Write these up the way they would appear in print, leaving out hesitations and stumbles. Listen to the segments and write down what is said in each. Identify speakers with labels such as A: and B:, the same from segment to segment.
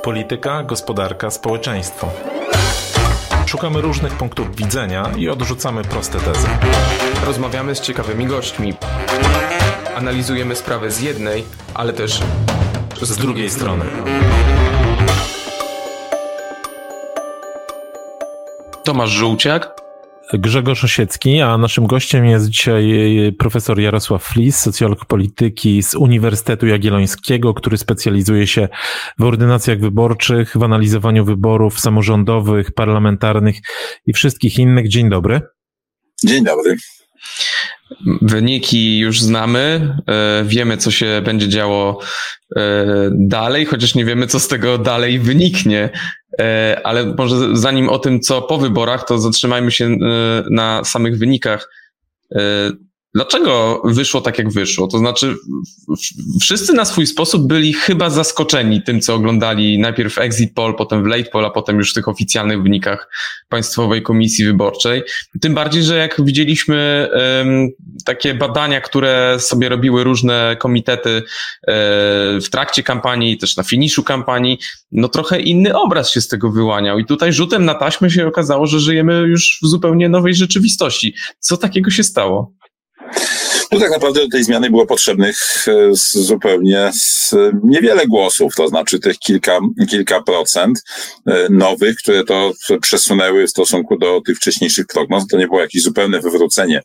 A: Polityka, gospodarka, społeczeństwo. Szukamy różnych punktów widzenia i odrzucamy proste tezy.
B: Rozmawiamy z ciekawymi gośćmi. Analizujemy sprawę z jednej, ale też
A: z drugiej strony.
B: Tomasz Żółciak,
A: Grzegorz Osiecki, a naszym gościem jest dzisiaj profesor Jarosław Flis, socjolog polityki z Uniwersytetu Jagiellońskiego, który specjalizuje się w ordynacjach wyborczych, w analizowaniu wyborów samorządowych, parlamentarnych i wszystkich innych. Dzień dobry.
C: Dzień dobry.
B: Wyniki już znamy, wiemy, co się będzie działo dalej, chociaż nie wiemy, co z tego dalej wyniknie, ale może zanim o tym, co po wyborach, to zatrzymajmy się na samych wynikach. Dlaczego wyszło tak, jak wyszło? To znaczy, wszyscy na swój sposób byli chyba zaskoczeni tym, co oglądali najpierw exit poll, potem w late poll, a potem już w tych oficjalnych wynikach Państwowej Komisji Wyborczej. Tym bardziej, że jak widzieliśmy takie badania, które sobie robiły różne komitety w trakcie kampanii i też na finiszu kampanii, no trochę inny obraz się z tego wyłaniał. I tutaj rzutem na taśmę się okazało, że żyjemy już w zupełnie nowej rzeczywistości. Co takiego się stało?
C: No tak naprawdę do tej zmiany było potrzebnych zupełnie niewiele głosów, to znaczy tych kilka procent nowych, które to przesunęły w stosunku do tych wcześniejszych prognoz. To nie było jakieś zupełne wywrócenie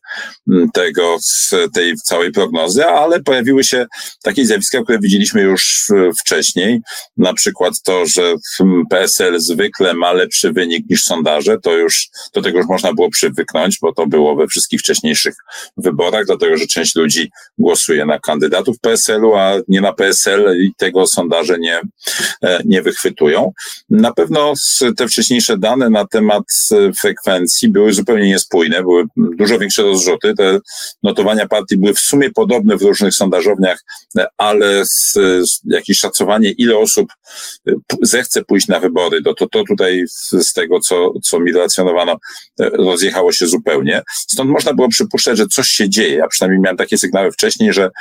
C: tej całej prognozy, ale pojawiły się takie zjawiska, które widzieliśmy już wcześniej. Na przykład to, że PSL zwykle ma lepszy wynik niż sondaże, do tego już można było przywyknąć, bo to było we wszystkich wcześniejszych wyborach, dlatego że część ludzi głosuje na kandydatów PSL-u, a nie na PSL i tego sondaże nie wychwytują. Na pewno te wcześniejsze dane na temat frekwencji były zupełnie niespójne, były dużo większe rozrzuty. Te notowania partii były w sumie podobne w różnych sondażowniach, ale jakieś szacowanie, ile osób zechce pójść na wybory, to tutaj z tego, co mi relacjonowano, rozjechało się zupełnie. Stąd można było przypuszczać, że coś się dzieje. Ja przynajmniej miałem takie sygnały wcześniej, że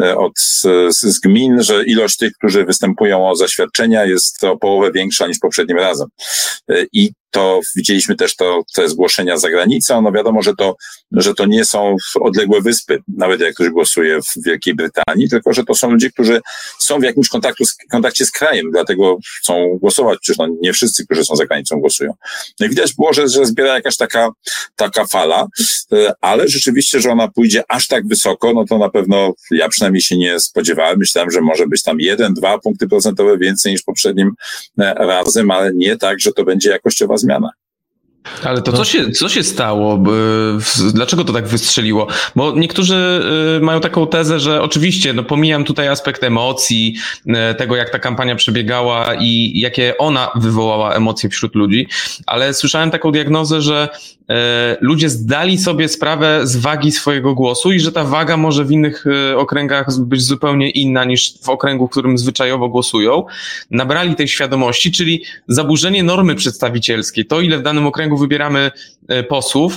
C: z gmin, że ilość tych, którzy występują o zaświadczenia, jest o połowę większa niż poprzednim razem. I to widzieliśmy też te zgłoszenia za granicą. No wiadomo, że to nie są odległe wyspy, nawet jak ktoś głosuje w Wielkiej Brytanii, tylko że to są ludzie, którzy są w jakimś kontakcie z krajem, dlatego chcą głosować. Przecież nie wszyscy, którzy są za granicą, głosują. No i widać było, że zbiera jakaś taka fala, ale rzeczywiście, że ona pójdzie aż tak wysoko, no to na pewno ja przynajmniej się nie spodziewałem. Myślałem, że może być tam 1-2 punkty procentowe więcej niż poprzednim razem, ale nie tak, że to będzie jakościowa zmiana.
B: Ale to co się stało? Dlaczego to tak wystrzeliło? Bo niektórzy mają taką tezę, że oczywiście, pomijam tutaj aspekt emocji, tego jak ta kampania przebiegała i jakie ona wywołała emocje wśród ludzi, ale słyszałem taką diagnozę, że ludzie zdali sobie sprawę z wagi swojego głosu i że ta waga może w innych okręgach być zupełnie inna niż w okręgu, w którym zwyczajowo głosują. Nabrali tej świadomości, czyli zaburzenie normy przedstawicielskiej, to ile w danym okręgu wybieramy posłów,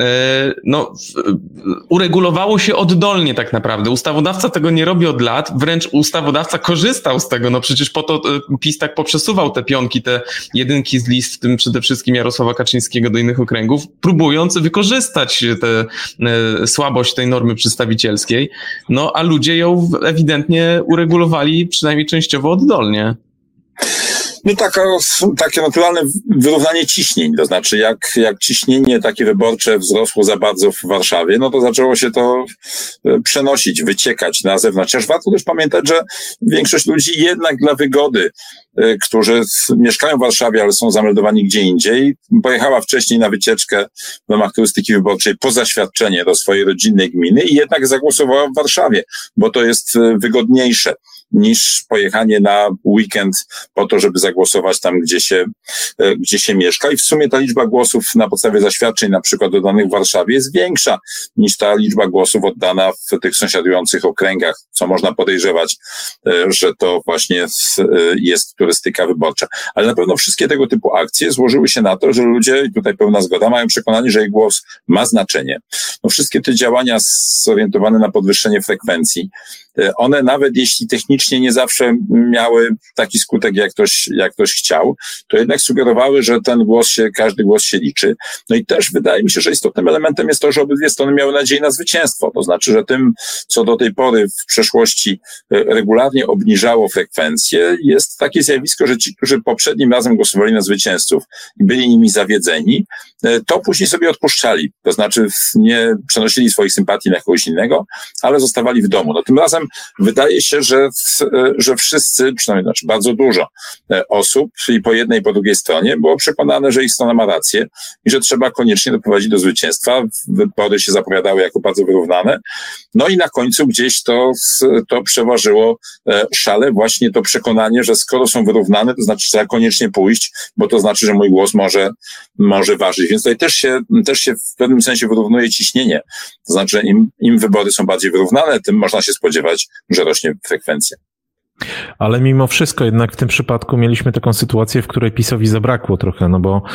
B: uregulowało się oddolnie tak naprawdę. Ustawodawca tego nie robi od lat, wręcz ustawodawca korzystał z tego, przecież po to PiS tak poprzesuwał te pionki, te jedynki z list, w tym przede wszystkim Jarosława Kaczyńskiego do innych okręgów, próbując wykorzystać tę słabość tej normy przedstawicielskiej, a ludzie ją ewidentnie uregulowali przynajmniej częściowo oddolnie.
C: No takie naturalne wyrównanie ciśnień, to znaczy jak ciśnienie takie wyborcze wzrosło za bardzo w Warszawie, no to zaczęło się to przenosić, wyciekać na zewnątrz. Chociaż warto też pamiętać, że większość ludzi jednak dla wygody, którzy mieszkają w Warszawie, ale są zameldowani gdzie indziej, pojechała wcześniej na wycieczkę w ramach turystyki wyborczej po zaświadczenie do swojej rodzinnej gminy i jednak zagłosowała w Warszawie, bo to jest wygodniejsze niż pojechanie na weekend po to, żeby zagłosować tam, gdzie się mieszka. I w sumie ta liczba głosów na podstawie zaświadczeń, na przykład oddanych w Warszawie, jest większa niż ta liczba głosów oddana w tych sąsiadujących okręgach, co można podejrzewać, że to właśnie jest turystyka wyborcza. Ale na pewno wszystkie tego typu akcje złożyły się na to, że ludzie, i tutaj pełna zgoda, mają przekonanie, że ich głos ma znaczenie. Wszystkie te działania zorientowane na podwyższenie frekwencji, one nawet jeśli technicznie technicznie nie zawsze miały taki skutek, jak ktoś chciał, to jednak sugerowały, że każdy głos się liczy. No i też wydaje mi się, że istotnym elementem jest to, że obydwie strony miały nadzieję na zwycięstwo. To znaczy, że tym, co do tej pory w przeszłości regularnie obniżało frekwencję, jest takie zjawisko, że ci, którzy poprzednim razem głosowali na zwycięzców i byli nimi zawiedzeni, to później sobie odpuszczali. To znaczy nie przenosili swoich sympatii na kogoś innego, ale zostawali w domu. No tym razem wydaje się, że wszyscy, przynajmniej znaczy bardzo dużo osób i po jednej i po drugiej stronie było przekonane, że ich strona ma rację i że trzeba koniecznie doprowadzić do zwycięstwa. Wybory się zapowiadały jako bardzo wyrównane. No i na końcu gdzieś to przeważyło szale, właśnie to przekonanie, że skoro są wyrównane, to znaczy trzeba koniecznie pójść, bo to znaczy, że mój głos może ważyć. Więc tutaj też się w pewnym sensie wyrównuje ciśnienie. To znaczy, że im wybory są bardziej wyrównane, tym można się spodziewać, że rośnie frekwencja.
A: Ale mimo wszystko jednak w tym przypadku mieliśmy taką sytuację, w której PiS-owi zabrakło trochę, no bo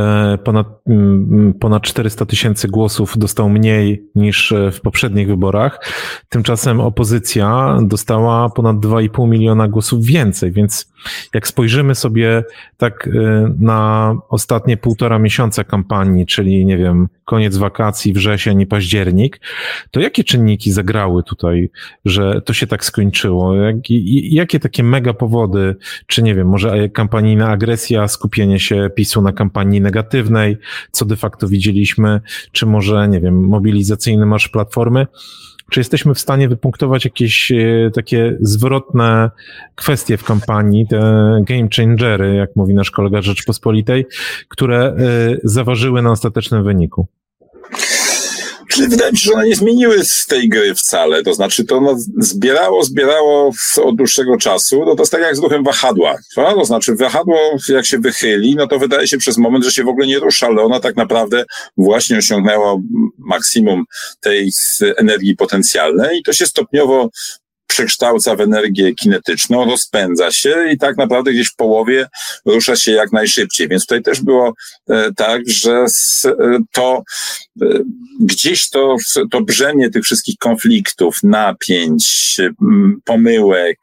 A: ponad 400 000 głosów dostał mniej niż w poprzednich wyborach. Tymczasem opozycja dostała ponad 2,5 miliona głosów więcej, więc jak spojrzymy sobie tak na ostatnie 1,5 miesiąca kampanii, czyli nie wiem, koniec wakacji, wrzesień i październik, to jakie czynniki zagrały tutaj, że to się tak skończyło? Jakie takie mega powody, czy nie wiem, może kampanijna agresja, skupienie się PiS-u na kampanii negatywnej, co de facto widzieliśmy, czy może, nie wiem, mobilizacyjny marsz Platformy? Czy jesteśmy w stanie wypunktować jakieś takie zwrotne kwestie w kampanii, te game changery, jak mówi nasz kolega z Rzeczpospolitej, które zaważyły na ostatecznym wyniku?
C: Czyli wydaje mi się, że one nie zmieniły z tej gry wcale. To znaczy to zbierało od dłuższego czasu. No to jest tak jak z ruchem wahadła. To znaczy wahadło jak się wychyli, no to wydaje się przez moment, że się w ogóle nie rusza, ale ona tak naprawdę właśnie osiągnęła maksimum tej energii potencjalnej i to się stopniowo przekształca w energię kinetyczną, rozpędza się i tak naprawdę gdzieś w połowie rusza się jak najszybciej. Więc tutaj też było tak, że gdzieś to brzemię tych wszystkich konfliktów, napięć, pomyłek,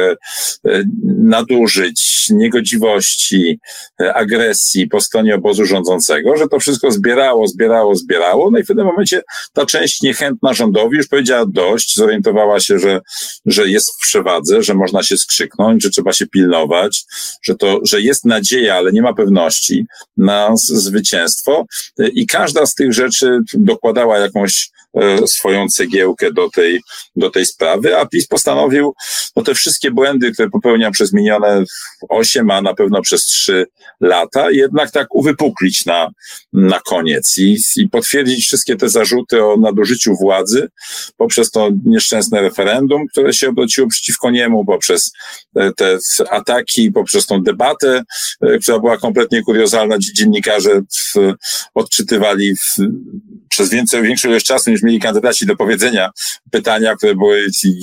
C: nadużyć, niegodziwości, agresji po stronie obozu rządzącego, że to wszystko zbierało. No i w pewnym momencie ta część niechętna rządowi już powiedziała dość, zorientowała się, że jest w przewadze, że można się skrzyknąć, że trzeba się pilnować, że jest nadzieja, ale nie ma pewności na zwycięstwo i każda z tych rzeczy dokładała jakąś swoją cegiełkę do tej sprawy, a PiS postanowił te wszystkie błędy, które popełnia przez minione 8, a na pewno przez 3 lata, jednak tak uwypuklić na koniec i potwierdzić wszystkie te zarzuty o nadużyciu władzy poprzez to nieszczęsne referendum, które się obróciło przeciwko niemu, poprzez te ataki, poprzez tą debatę, która była kompletnie kuriozalna. Dziennikarze odczytywali przez większą ilość czasu niż mieli kandydaci do powiedzenia pytania, które były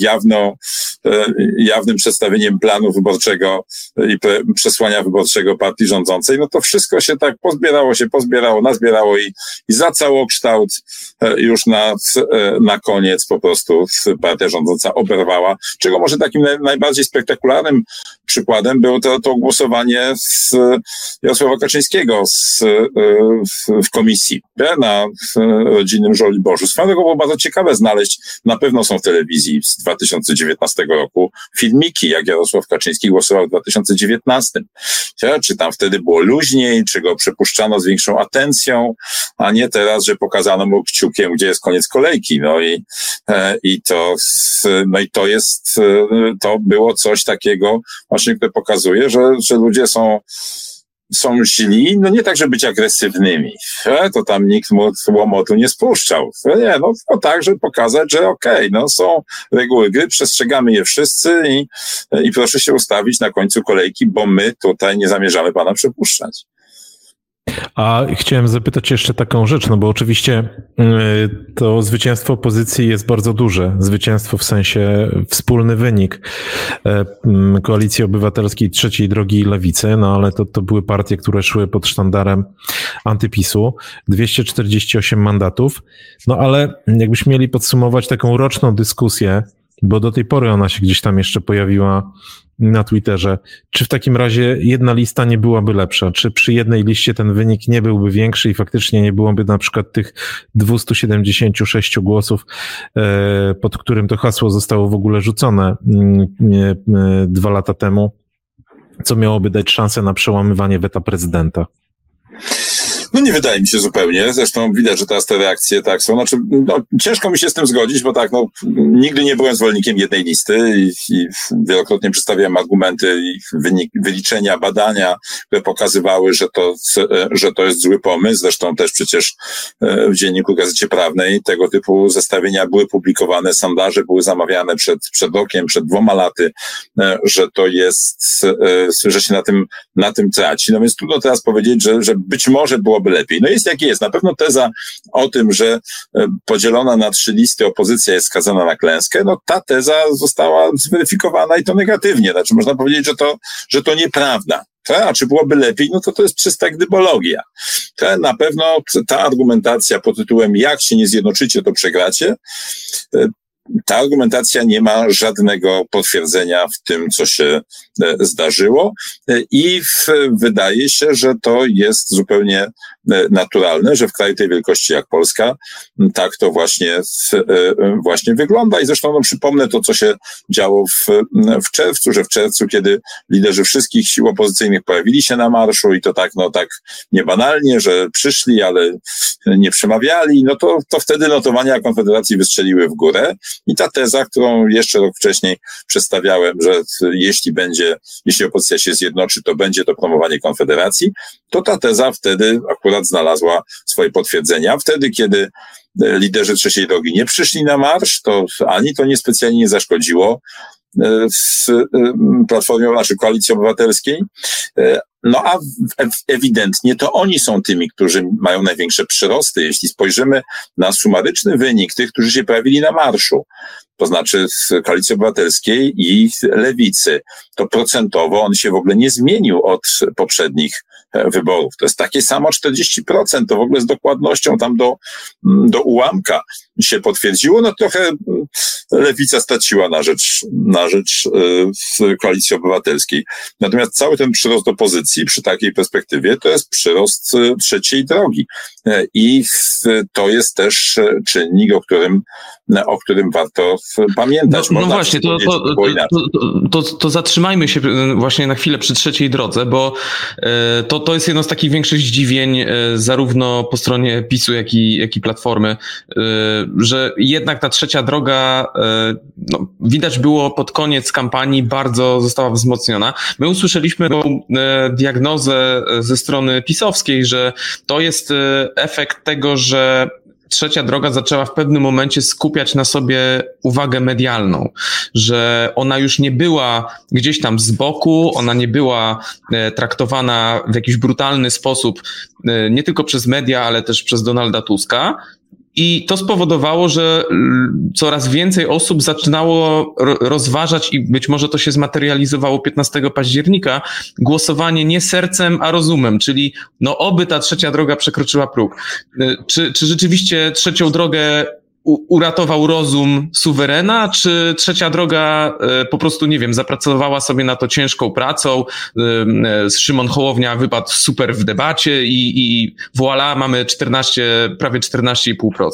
C: jawnym przedstawieniem planu wyborczego i przesłania wyborczego partii rządzącej. No to wszystko się tak nazbierało i za całokształt już na koniec po prostu partia rządząca oberwała, czego może takim najbardziej spektakularnym przykładem było to głosowanie Jarosława Kaczyńskiego w komisji na rodzinnym Żoliborzu. Swoją drogą było bardzo ciekawe znaleźć, na pewno są w telewizji z 2019 roku filmiki, jak Jarosław Kaczyński głosował w 2019. Czy tam wtedy było luźniej, czy go przepuszczano z większą atencją, a nie teraz, że pokazano mu kciukiem, gdzie jest koniec kolejki. To było coś takiego właśnie, które pokazuje, że ludzie są źli, nie tak, żeby być agresywnymi. To tam nikt mu łomotu nie spuszczał. To tak, żeby pokazać, że są reguły gry, przestrzegamy je wszyscy i proszę się ustawić na końcu kolejki, bo my tutaj nie zamierzamy pana przepuszczać.
A: A chciałem zapytać jeszcze taką rzecz, bo oczywiście to zwycięstwo opozycji jest bardzo duże. Zwycięstwo w sensie wspólny wynik Koalicji Obywatelskiej, Trzeciej Drogi i Lewicy, ale to były partie, które szły pod sztandarem antypisu. 248 mandatów. Ale jakbyśmy mieli podsumować taką roczną dyskusję bo do tej pory ona się gdzieś tam jeszcze pojawiła na Twitterze. Czy w takim razie jedna lista nie byłaby lepsza? Czy przy jednej liście ten wynik nie byłby większy i faktycznie nie byłoby na przykład tych 276 głosów, pod którym to hasło zostało w ogóle rzucone 2 lata temu, co miałoby dać szansę na przełamywanie weta prezydenta?
C: No nie wydaje mi się zupełnie. Zresztą widać, że teraz te reakcje tak są. Znaczy, ciężko mi się z tym zgodzić, bo tak, nigdy nie byłem zwolennikiem jednej listy i wielokrotnie przedstawiałem argumenty i wyliczenia, badania, które pokazywały, że to jest zły pomysł. Zresztą też przecież w Dzienniku Gazecie Prawnej tego typu zestawienia były publikowane, sondaże były zamawiane przed rokiem, przed 2 laty, że to jest, że się na tym traci. No więc trudno teraz powiedzieć, że być może byłoby lepiej. No jest jak jest. Na pewno teza o tym, że podzielona na 3 listy opozycja jest skazana na klęskę, no ta teza została zweryfikowana i to negatywnie. Znaczy można powiedzieć, że to nieprawda. A czy byłoby lepiej? No to jest czysta gdybologia. Na pewno ta argumentacja pod tytułem jak się nie zjednoczycie, to przegracie, ta argumentacja nie ma żadnego potwierdzenia w tym, co się zdarzyło i wydaje się, że to jest zupełnie naturalne, że w kraju tej wielkości jak Polska tak to właśnie wygląda. I zresztą przypomnę to, co się działo w czerwcu, że w czerwcu, kiedy liderzy wszystkich sił opozycyjnych pojawili się na marszu i to tak niebanalnie, że przyszli, ale nie przemawiali, no to wtedy notowania Konfederacji wystrzeliły w górę. I ta teza, którą jeszcze rok wcześniej przedstawiałem, że jeśli opozycja się zjednoczy, to będzie to promowanie Konfederacji, to ta teza wtedy akurat znalazła swoje potwierdzenia. Wtedy, kiedy liderzy trzeciej drogi nie przyszli na marsz, to ani to niespecjalnie nie zaszkodziło w Platformie, Koalicji Obywatelskiej. No a ewidentnie to oni są tymi, którzy mają największe przyrosty. Jeśli spojrzymy na sumaryczny wynik tych, którzy się pojawili na marszu, to znaczy z Koalicji Obywatelskiej i Lewicy, to procentowo on się w ogóle nie zmienił od poprzednich wyborów. To jest takie samo 40%, to w ogóle z dokładnością tam do ułamka się potwierdziło. No trochę Lewica straciła na rzecz Koalicji Obywatelskiej. Natomiast cały ten przyrost opozycji przy takiej perspektywie to jest przyrost trzeciej drogi. I to jest też czynnik, o którym warto pamiętać.
B: No właśnie, to zatrzymajmy się właśnie na chwilę przy trzeciej drodze, bo to jest jedno z takich większych zdziwień zarówno po stronie PiS-u, jak i Platformy, że jednak ta trzecia droga, widać było pod koniec kampanii, bardzo została wzmocniona. My usłyszeliśmy diagnozę ze strony pisowskiej, że to jest efekt tego, że trzecia droga zaczęła w pewnym momencie skupiać na sobie uwagę medialną, że ona już nie była gdzieś tam z boku, ona nie była traktowana w jakiś brutalny sposób, nie tylko przez media, ale też przez Donalda Tuska. I to spowodowało, że coraz więcej osób zaczynało rozważać i być może to się zmaterializowało 15 października, głosowanie nie sercem, a rozumem, czyli oby ta trzecia droga przekroczyła próg. Czy rzeczywiście trzecią drogę uratował rozum suwerena, czy trzecia droga po prostu, nie wiem, zapracowała sobie na to ciężką pracą, Szymon Hołownia wypadł super w debacie i voilà, mamy prawie 14,5%.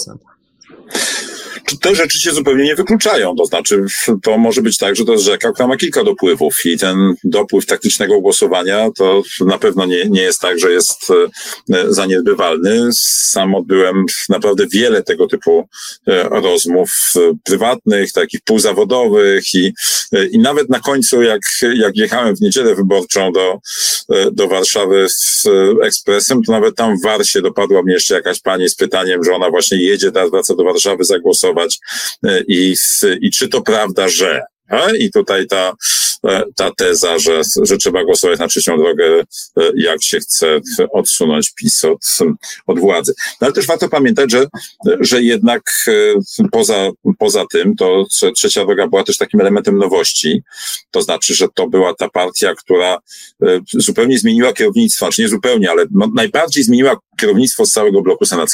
C: Te rzeczy się zupełnie nie wykluczają. To znaczy, to może być tak, że to jest rzeka, która ma kilka dopływów i ten dopływ taktycznego głosowania to na pewno nie jest tak, że jest zaniedbywalny. Sam odbyłem naprawdę wiele tego typu rozmów prywatnych, takich półzawodowych i nawet na końcu, jak jechałem w niedzielę wyborczą do Warszawy z ekspresem, to nawet tam w Warsie dopadła mnie jeszcze jakaś pani z pytaniem, że ona właśnie jedzie, teraz wraca do Warszawy zagłosować i czy to prawda, że... I tutaj ta teza, że trzeba głosować na trzecią drogę, jak się chce odsunąć PiS od władzy. No ale też warto pamiętać, że jednak poza tym, to trzecia droga była też takim elementem nowości. To znaczy, że to była ta partia, która zupełnie zmieniła kierownictwo, znaczy nie zupełnie, ale najbardziej zmieniła kierownictwo z całego bloku senackiego.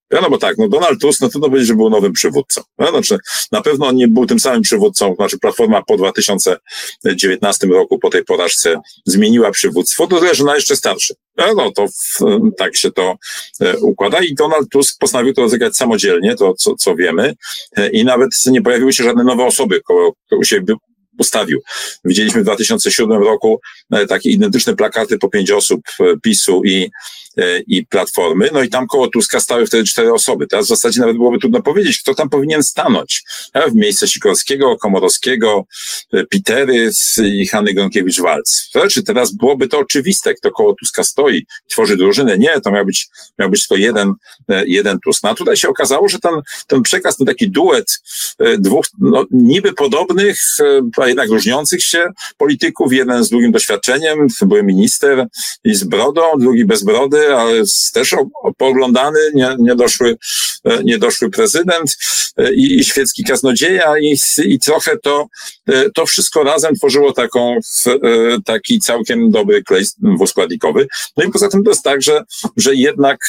C: No bo tak, no Donald Tusk, no trudno powiedzieć, że był nowym przywódcą. No, znaczy, na pewno on nie był tym samym przywódcą, znaczy Platforma po 2019 roku, po tej porażce zmieniła przywództwo, to tyle, że ona jeszcze starszy. No to tak się to układa i Donald Tusk postanowił to rozegrać samodzielnie, to co wiemy, i nawet nie pojawiły się żadne nowe osoby koło siebie ustawił. Widzieliśmy w 2007 roku takie identyczne plakaty po 5 osób PiS-u i Platformy, no i tam koło Tuska stały wtedy 4 osoby. Teraz w zasadzie nawet byłoby trudno powiedzieć, kto tam powinien stanąć. W miejsce Sikorskiego, Komorowskiego, Pitery i Hanny Gronkiewicz-Waltz. Czy teraz byłoby to oczywiste, kto koło Tuska stoi, tworzy drużynę? Nie, to miał być to jeden Tusk. No a tutaj się okazało, że ten przekaz, ten taki duet dwóch niby podobnych, a jednak różniących się polityków, jeden z długim doświadczeniem, były minister i z brodą, drugi bez brody, ale też pooglądany, niedoszły prezydent i świecki kaznodzieja i trochę to wszystko razem tworzyło taki całkiem dobry klej dwuskładnikowy. No i poza tym to jest tak, że jednak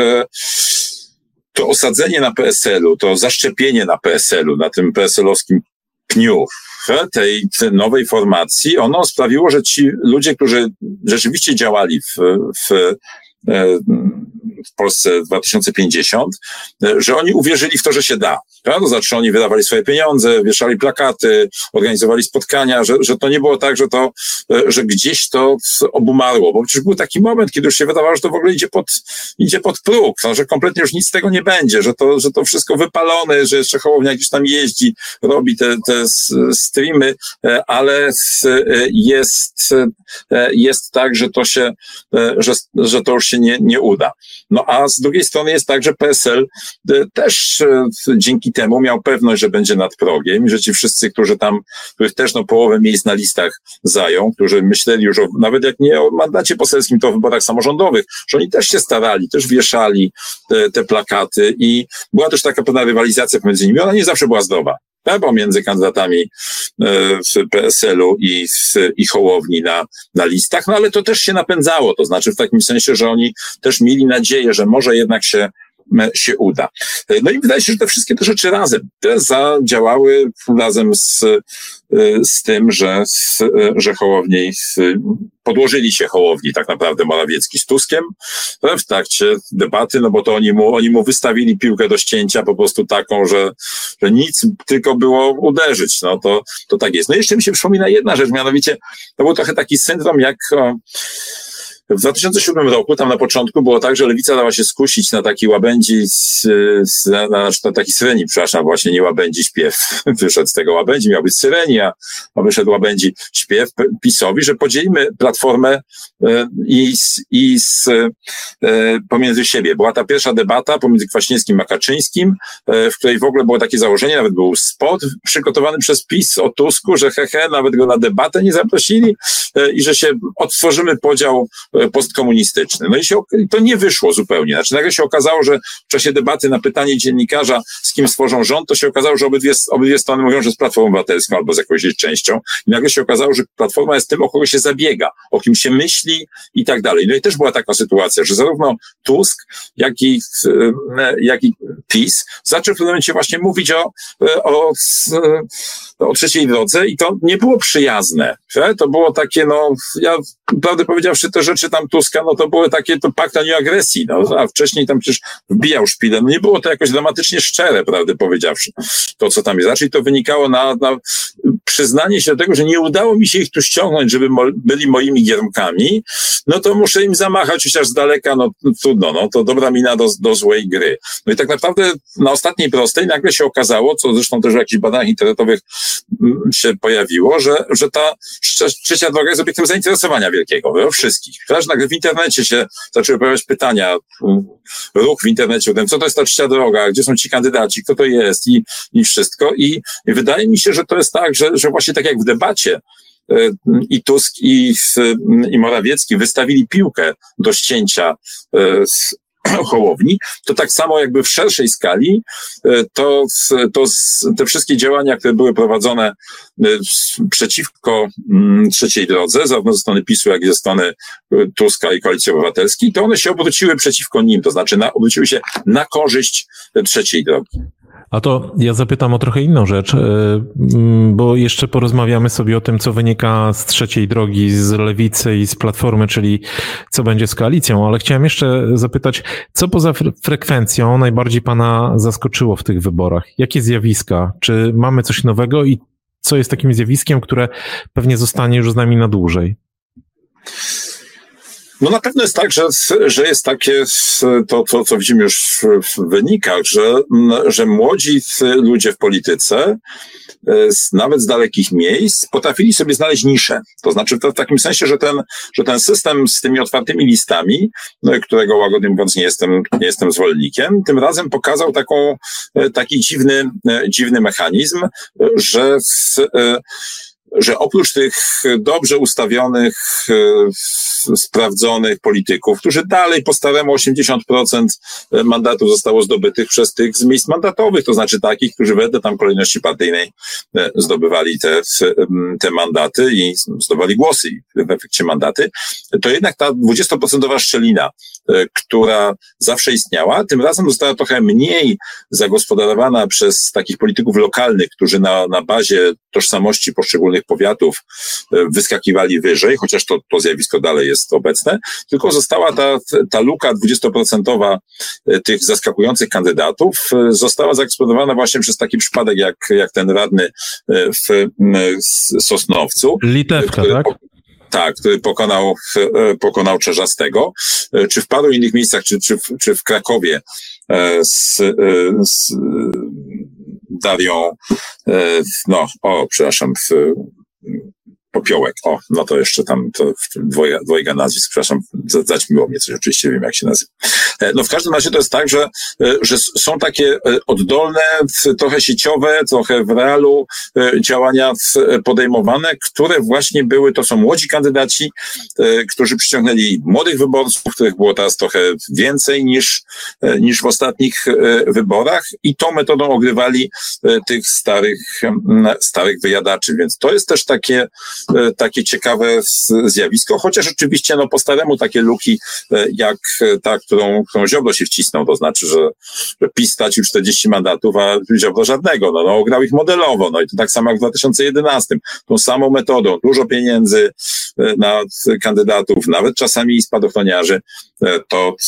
C: to osadzenie na PSL-u, to zaszczepienie na PSL-u, na tym PSL-owskim pniu tej nowej formacji, ono sprawiło, że ci ludzie, którzy rzeczywiście działali w Polsce 2050, że oni uwierzyli w to, że się da. To znaczy, oni wydawali swoje pieniądze, wieszali plakaty, organizowali spotkania, że to nie było tak, że gdzieś to obumarło, bo przecież był taki moment, kiedy już się wydawało, że to w ogóle idzie pod próg, no, że kompletnie już nic z tego nie będzie, że to wszystko wypalone, że jeszcze Hołownia gdzieś tam jeździ, robi te streamy, ale jest tak, że to już się nie uda. No a z drugiej strony jest tak, że PSL też dzięki temu miał pewność, że będzie nad progiem i że ci wszyscy, których też połowę miejsc na listach zajął, którzy myśleli już nawet jak nie o mandacie poselskim, to o wyborach samorządowych, że oni też się starali, też wieszali te plakaty i była też taka pewna rywalizacja pomiędzy nimi. Ona nie zawsze była zdrowa. Pomiędzy kandydatami w PSL-u i Hołowni na listach, no ale to też się napędzało, to znaczy w takim sensie, że oni też mieli nadzieję, że może jednak się uda. No i wydaje się, że te wszystkie te rzeczy razem zadziałały razem z tym, że Hołowni podłożyli się Hołowni tak naprawdę Morawiecki z Tuskiem w trakcie debaty, no bo to oni mu wystawili piłkę do ścięcia po prostu taką, że nic, tylko było uderzyć. No to tak jest. No i jeszcze mi się przypomina jedna rzecz, mianowicie to był trochę taki syndrom jak w 2007 roku, tam na początku było tak, że Lewica dała się skusić na taki łabędzi, na taki syreni, przepraszam, właśnie nie łabędzi śpiew. Wyszedł z tego łabędzi, miał być syreni, a wyszedł łabędzi śpiew PiS-owi, że podzielimy Platformę pomiędzy siebie. Była ta pierwsza debata pomiędzy Kwaśniewskim a Kaczyńskim, w której w ogóle było takie założenie, nawet był spot przygotowany przez PiS o Tusku, że nawet go na debatę nie zaprosili i że się odtworzymy podział postkomunistyczny. No i to nie wyszło zupełnie. Znaczy nagle się okazało, że w czasie debaty na pytanie dziennikarza, z kim stworzą rząd, to się okazało, że obydwie strony mówią, że z Platformą Obywatelską albo z jakąś jej częścią. I nagle się okazało, że Platforma jest tym, o kogo się zabiega, o kim się myśli i tak dalej. No i też była taka sytuacja, że zarówno Tusk, jak i PiS zaczął w pewnym momencie właśnie mówić o trzeciej drodze i to nie było przyjazne. To było takie, ja prawdę powiedziawszy, te rzeczy tam Tuska, to były takie, to pakt o nieagresji, a wcześniej tam przecież wbijał szpilem. Nie było to jakoś dramatycznie szczere, prawdę powiedziawszy, to co tam jest. Raczej to wynikało na przyznanie się do tego, że nie udało mi się ich tu ściągnąć, żeby byli moimi giermkami, no to muszę im zamachać chociaż z daleka, trudno, to dobra mina do złej gry. No i tak naprawdę na ostatniej prostej nagle się okazało, co zresztą też w jakichś badaniach internetowych się pojawiło, że ta trzecia droga jest obiektem zainteresowania wielkiego, wszystkich. Nagle w internecie się zaczęły pojawiać pytania, ruch w internecie o tym, co to jest ta trzecia droga, gdzie są ci kandydaci, kto to jest i wszystko. I wydaje mi się, że to jest tak, że właśnie tak jak w debacie i Tusk i Morawiecki wystawili piłkę do ścięcia Hołowni, to tak samo jakby w szerszej skali te wszystkie działania, które były prowadzone przeciwko trzeciej drodze, zarówno ze strony PiS-u, jak i ze strony Tuska i Koalicji Obywatelskiej, to one się obróciły przeciwko nim, to znaczy obróciły się na korzyść trzeciej drogi.
A: A to ja zapytam o trochę inną rzecz, bo jeszcze porozmawiamy sobie o tym, co wynika z trzeciej drogi, z Lewicy i z Platformy, czyli co będzie z koalicją, ale chciałem jeszcze zapytać, co poza frekwencją najbardziej pana zaskoczyło w tych wyborach? Jakie zjawiska? Czy mamy coś nowego i co jest takim zjawiskiem, które pewnie zostanie już z nami na dłużej?
C: No na pewno jest tak, że jest takie to, co widzimy już w wynikach, że młodzi ludzie w polityce, nawet z dalekich miejsc, potrafili sobie znaleźć niszę. To znaczy w takim sensie, że ten system z tymi otwartymi listami, którego łagodnie mówiąc nie jestem zwolennikiem, tym razem pokazał taki dziwny mechanizm, że oprócz tych dobrze ustawionych, sprawdzonych polityków, którzy dalej po staremu 80% mandatów zostało zdobytych przez tych z miejsc mandatowych, to znaczy takich, którzy wedle tam kolejności partyjnej zdobywali te mandaty i zdobywali głosy i w efekcie mandaty, to jednak ta 20% szczelina, która zawsze istniała, tym razem została trochę mniej zagospodarowana przez takich polityków lokalnych, którzy na bazie tożsamości poszczególnych powiatów wyskakiwali wyżej, chociaż to zjawisko dalej jest obecne, tylko została ta luka 20% tych zaskakujących kandydatów została zaeksploatowana właśnie przez taki przypadek jak ten radny w Sosnowcu.
A: Litewka, tak?
C: Tak, który pokonał Czerzastego, czy w paru innych miejscach, czy w Krakowie z Darią, Popiołek. No to jeszcze tam dwojga nazwisk, przepraszam, zaćmiło mnie coś, oczywiście wiem jak się nazywa. No w każdym razie to jest tak, że są takie oddolne, trochę sieciowe, trochę w realu działania podejmowane, które właśnie to są młodzi kandydaci, którzy przyciągnęli młodych wyborców, których było teraz trochę więcej niż w ostatnich wyborach i tą metodą ogrywali tych starych wyjadaczy, więc to jest też takie ciekawe zjawisko, chociaż oczywiście po staremu takie luki jak ta, którą Ziobro się wcisnął, to znaczy, że PiS stracił 40 mandatów, a Ziobro żadnego, ograł ich modelowo, i to tak samo jak w 2011, tą samą metodą, dużo pieniędzy na kandydatów, nawet czasami spadochroniarzy, to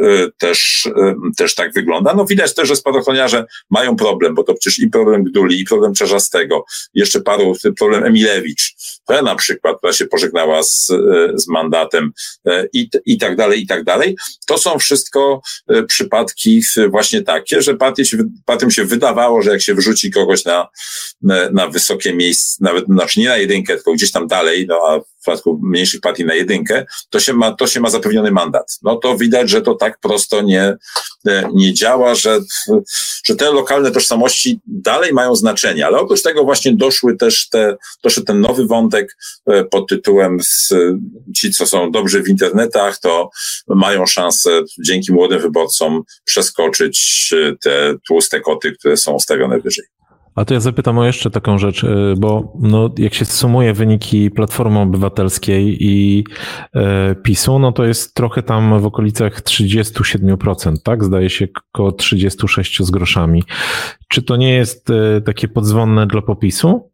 C: też tak wygląda. Widać też, że spadochroniarze mają problem, bo to przecież i problem Gduli, i problem Czerzastego, jeszcze problem Emilewicz, na przykład, która się pożegnała z mandatem i tak dalej, i tak dalej. To są wszystko przypadki właśnie takie, że partiom się wydawało, że jak się wrzuci kogoś na wysokie miejsce, nawet znaczy nie na jedynkę, tylko gdzieś tam dalej, a w przypadku mniejszych partii na jedynkę, to się ma zapewniony mandat. To widać, że to tak prosto nie działa, że te lokalne tożsamości dalej mają znaczenie, ale oprócz tego właśnie doszedł ten nowy wątek pod tytułem ci, co są dobrzy w internetach, to mają szansę dzięki młodym wyborcom przeskoczyć te tłuste koty, które są ustawione wyżej.
A: A to ja zapytam o jeszcze taką rzecz, bo jak się sumuje wyniki Platformy Obywatelskiej i PiS-u, to jest trochę tam w okolicach 37%, tak? Zdaje się około 36 z groszami. Czy to nie jest takie podzwonne dla popisu?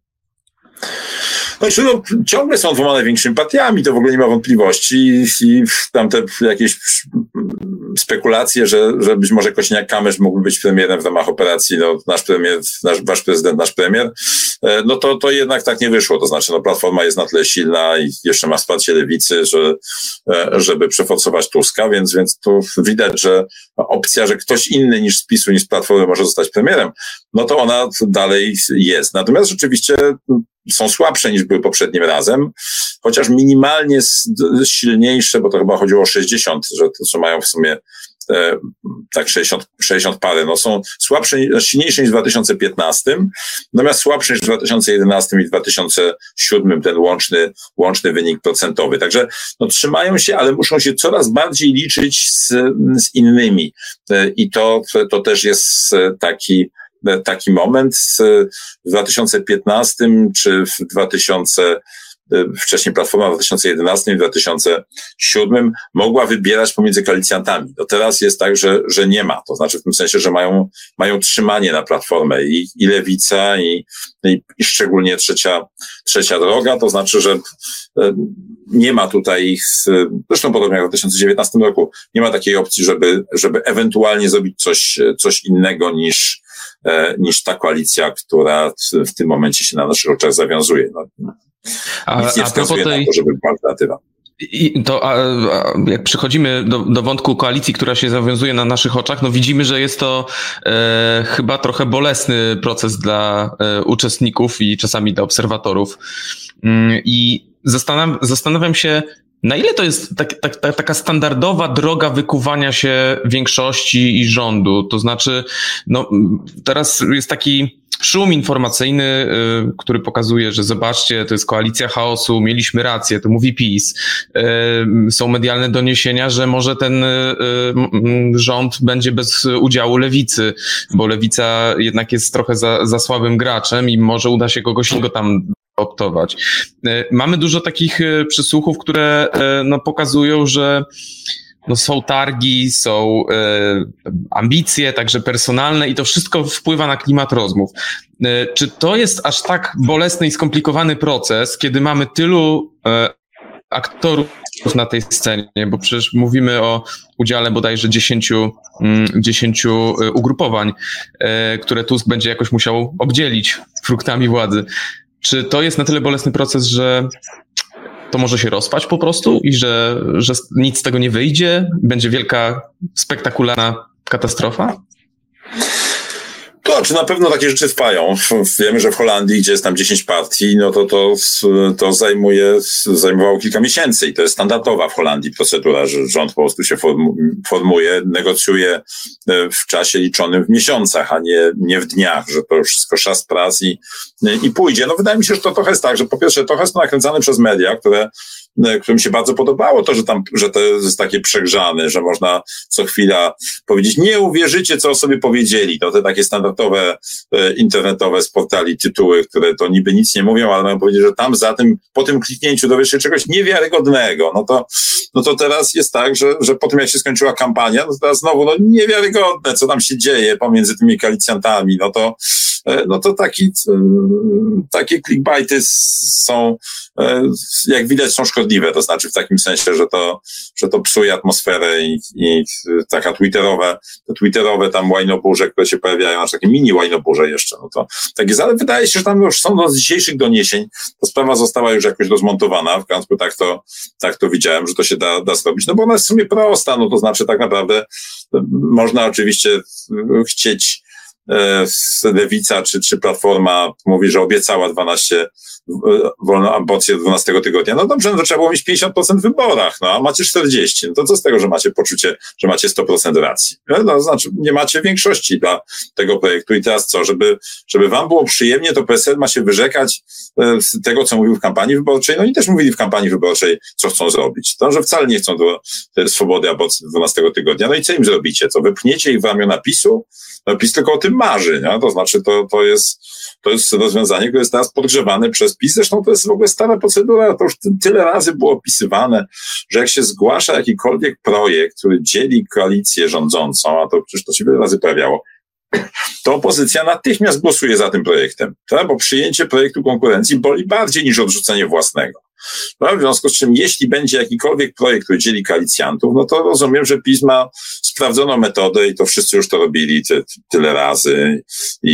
C: Ciągle są dwoma największymi partiami, to w ogóle nie ma wątpliwości i tam te jakieś spekulacje, że być może Kosiniak-Kamysz mógłby być premierem w ramach operacji, wasz prezydent, nasz premier, to jednak tak nie wyszło, to znaczy Platforma jest na tyle silna i jeszcze ma wsparcie Lewicy, żeby przeforsować Tuska, więc tu widać, że opcja, że ktoś inny niż z PiS-u, niż z Platformy może zostać premierem, to ona dalej jest. Natomiast rzeczywiście są słabsze niż były poprzednim razem, chociaż minimalnie silniejsze, bo to chyba chodziło o 60, że mają w sumie tak 60 parę, no są słabsze, silniejsze niż w 2015, natomiast słabsze niż w 2011 i 2007 ten łączny wynik procentowy. Także no, trzymają się, ale muszą się coraz bardziej liczyć z innymi. I to też jest taki moment. W 2015 czy w 2000 wcześniej Platforma w 2011 i 2007 mogła wybierać pomiędzy koalicjantami. No teraz jest tak, że nie ma. To znaczy w tym sensie, że mają trzymanie na Platformę i Lewica i szczególnie trzecia droga. To znaczy, że nie ma tutaj, zresztą podobnie jak w 2019 roku, nie ma takiej opcji, żeby ewentualnie zrobić coś innego niż ta koalicja, która w tym momencie się na naszych oczach zawiązuje. No, nic nie wskazuje na to, żeby była alternatywa.
B: Jak przychodzimy do wątku koalicji, która się zawiązuje na naszych oczach, no widzimy, że jest to chyba trochę bolesny proces dla uczestników i czasami dla obserwatorów. I zastanawiam się, na ile to jest taka standardowa droga wykuwania się większości i rządu? To znaczy, no teraz jest taki szum informacyjny, który pokazuje, że zobaczcie, to jest koalicja chaosu, mieliśmy rację, to mówi PiS. Są medialne doniesienia, że może ten rząd będzie bez udziału Lewicy, bo Lewica jednak jest trochę za słabym graczem i może uda się kogoś innego tam optować. Mamy dużo takich przysłuchów, które no, pokazują, że no, są targi, są ambicje, także personalne i to wszystko wpływa na klimat rozmów. Czy to jest aż tak bolesny i skomplikowany proces, kiedy mamy tylu aktorów na tej scenie, bo przecież mówimy o udziale bodajże 10 ugrupowań, które Tusk będzie jakoś musiał obdzielić fruktami władzy. Czy to jest na tyle bolesny proces, że to może się rozpaść po prostu i że nic z tego nie wyjdzie? Będzie wielka, spektakularna katastrofa?
C: To znaczy na pewno takie rzeczy trwają. Wiemy, że w Holandii, gdzie jest tam 10 partii, no to zajmowało kilka miesięcy i to jest standardowa w Holandii procedura, że rząd po prostu się formuje, negocjuje w czasie liczonym w miesiącach, a nie w dniach, że to wszystko szast pras i pójdzie. No wydaje mi się, że to trochę jest tak, że po pierwsze trochę jest to nakręcane przez media, którym się bardzo podobało to, że to jest takie przegrzane, że można co chwila powiedzieć, nie uwierzycie, co o sobie powiedzieli. To te takie standardowe internetowe z portali tytuły, które to niby nic nie mówią, ale mają powiedzieć, że tam za tym, po tym kliknięciu dowiesz się czegoś niewiarygodnego. No to teraz jest tak, że po tym jak się skończyła kampania, no to teraz znowu niewiarygodne, co tam się dzieje pomiędzy tymi koalicjantami. No to takie clickbaity są, jak widać, są szkodliwe, to znaczy w takim sensie, że to psuje atmosferę i taka twitterowe tam łajnoburze, które się pojawiają, aż takie mini łajnoburze jeszcze, no to tak jest, ale wydaje się, że tam już są z dzisiejszych doniesień, ta sprawa została już jakoś rozmontowana, w końcu tak to widziałem, że to się da zrobić, no bo ona jest w sumie prosta, no to znaczy tak naprawdę można oczywiście chcieć Lewica czy Platforma mówi, że obiecała 12 wolną aborcję do 12 tygodnia. No dobrze, no to trzeba było mieć 50% w wyborach, no a macie 40%. No to co z tego, że macie poczucie, że macie 100% racji? No znaczy nie macie większości dla tego projektu i teraz co? Żeby wam było przyjemnie, to PSL ma się wyrzekać z tego, co mówił w kampanii wyborczej. No i też mówili w kampanii wyborczej, co chcą zrobić. To, że wcale nie chcą swobody aborcji do 12 tygodnia. No i co im zrobicie? Co, wypchniecie ich w ramiona PiS-u? No PiS tylko o tym marzy, nie? To znaczy to jest rozwiązanie, które jest teraz podgrzewane przez PiS. Zresztą to jest w ogóle stara procedura, to już tyle razy było opisywane, że jak się zgłasza jakikolwiek projekt, który dzieli koalicję rządzącą, a to przecież to się wiele razy pojawiało, to opozycja natychmiast głosuje za tym projektem, tak? Bo przyjęcie projektu konkurencji boli bardziej niż odrzucenie własnego. No, w związku z czym, jeśli będzie jakikolwiek projekt, który dzieli koalicjantów, no to rozumiem, że PiS ma sprawdzoną metodę i to wszyscy już to robili tyle razy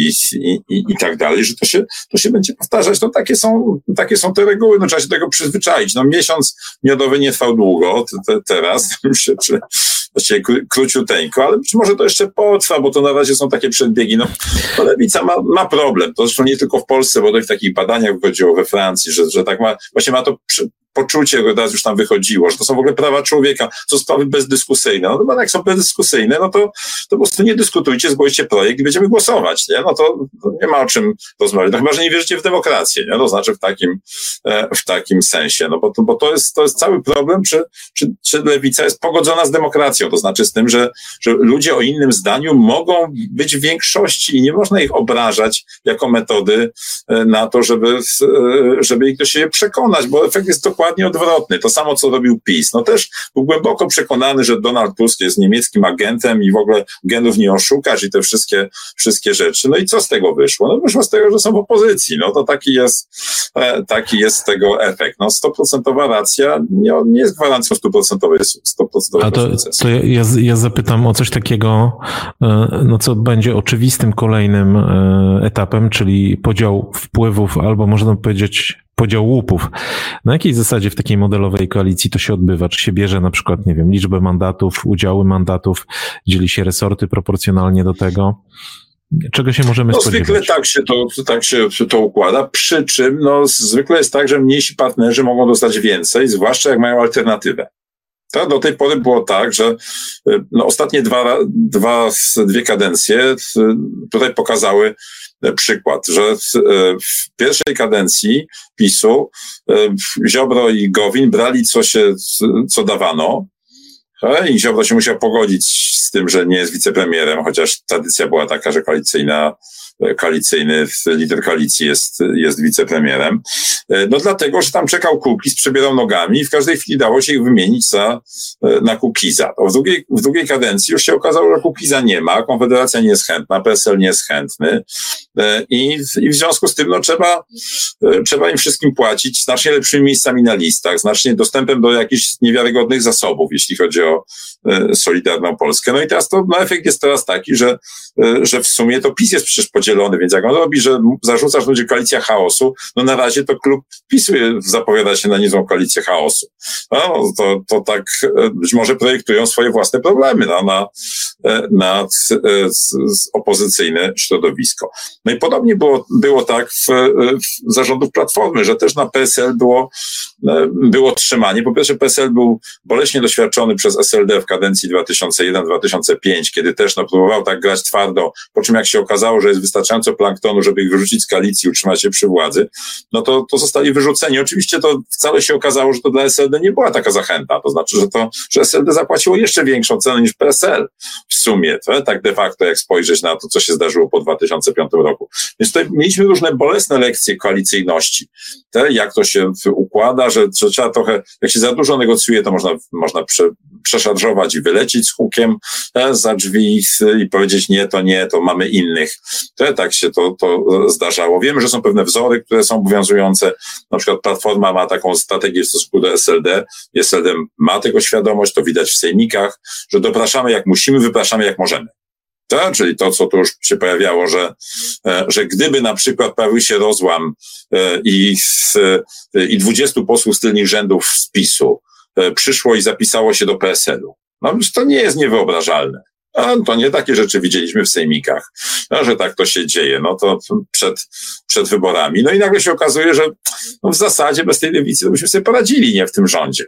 C: i tak dalej, że to się będzie powtarzać. No takie są te reguły, no trzeba się do tego przyzwyczaić. No miesiąc miodowy nie trwał długo teraz, czy właściwie króciuteńko, ale być może to jeszcze potrwa, bo to na razie są takie przedbiegi. No Lewica ma problem. To zresztą nie tylko w Polsce, bo to w takich badaniach wychodziło we Francji, że tak właśnie ma to poczucie, że teraz już tam wychodziło, że to są w ogóle prawa człowieka, to sprawy bezdyskusyjne. No to jak są bezdyskusyjne, no to po prostu nie dyskutujcie, zgłoście projekt i będziemy głosować, nie? No to nie ma o czym rozmawiać. No chyba, że nie wierzycie w demokrację, nie? To znaczy w takim sensie, no bo to jest cały problem, czy lewica jest pogodzona z demokracją, to znaczy z tym, że ludzie o innym zdaniu mogą być w większości i nie można ich obrażać jako metody na to, żeby ich do siebie przekonać, bo efekt jest dokładnie odwrotny. To samo, co robił PiS. No też był głęboko przekonany, że Donald Tusk jest niemieckim agentem i w ogóle genów nie oszukasz i te wszystkie rzeczy. No i co z tego wyszło? No wyszło z tego, że są w opozycji. No to taki jest tego efekt. No 100% racja nie jest gwarancją 100% sukcesu.
A: To ja zapytam o coś takiego, no co będzie oczywistym kolejnym etapem, czyli podział wpływów, albo można powiedzieć podział łupów. Na jakiej zasadzie w takiej modelowej koalicji to się odbywa? Czy się bierze na przykład, nie wiem, liczbę mandatów, udziały mandatów, dzieli się resorty proporcjonalnie do tego? Czego się możemy spodziewać?
C: Zwykle tak się to układa, przy czym zwykle jest tak, że mniejsi partnerzy mogą dostać więcej, zwłaszcza jak mają alternatywę. Do tej pory było tak, że ostatnie dwie kadencje tutaj pokazały przykład, że w pierwszej kadencji PiS-u Ziobro i Gowin brali co dawano i Ziobro się musiał pogodzić z tym, że nie jest wicepremierem, chociaż tradycja była taka, że koalicyjny lider koalicji jest wicepremierem. No dlatego, że tam czekał Kukiz, przebierał nogami i w każdej chwili dało się ich wymienić na Kukiza. W drugiej kadencji już się okazało, że Kukiza nie ma, Konfederacja nie jest chętna, PSL nie jest chętny i w związku z tym trzeba im wszystkim płacić znacznie lepszymi miejscami na listach, znacznie dostępem do jakichś niewiarygodnych zasobów, jeśli chodzi o Solidarną Polskę. No i teraz efekt jest teraz taki, że w sumie to PiS jest przecież podzielony, więc jak on robi, że zarzuca, że będzie koalicja chaosu, no na razie to klub PiS-u zapowiada się na niezłą koalicję chaosu. No, to tak być może projektują swoje własne problemy na opozycyjne środowisko. No i podobnie było tak w zarządów Platformy, że też na PSL było trzymanie. Po pierwsze PSL był boleśnie doświadczony przez SLD w kadencji 2001-2005, kiedy też próbował tak grać twardo, po czym jak się okazało, że jest wystarczająco planktonu, żeby ich wyrzucić z koalicji i utrzymać się przy władzy, no to zostali wyrzuceni. Oczywiście to wcale się okazało, że to dla SLD nie była taka zachęta. To znaczy, że SLD zapłaciło jeszcze większą cenę niż PSL w sumie. Tak de facto, jak spojrzeć na to, co się zdarzyło po 2005 roku. Więc tutaj mieliśmy różne bolesne lekcje koalicyjności. Jak to się układa, że trzeba trochę, jak się za dużo negocjuje, to można przeszarżować i wylecieć z hukiem za drzwi i powiedzieć nie, to mamy innych. Tak się to zdarzało. Wiemy, że są pewne wzory, które są obowiązujące. Na przykład Platforma ma taką strategię w stosunku do SLD. SLD ma tego świadomość, to widać w sejmikach, że dopraszamy jak musimy, wypraszamy jak możemy. Tak? Czyli to, co tu już się pojawiało, że gdyby na przykład pojawił się rozłam i 20 posłów z tylnych rzędów z PiS-u przyszło i zapisało się do PSL-u. No, to nie jest niewyobrażalne. To nie takie rzeczy widzieliśmy w sejmikach, że tak to się dzieje, to przed wyborami. No i nagle się okazuje, że w zasadzie bez tej lewicy to byśmy sobie poradzili, nie w tym rządzie.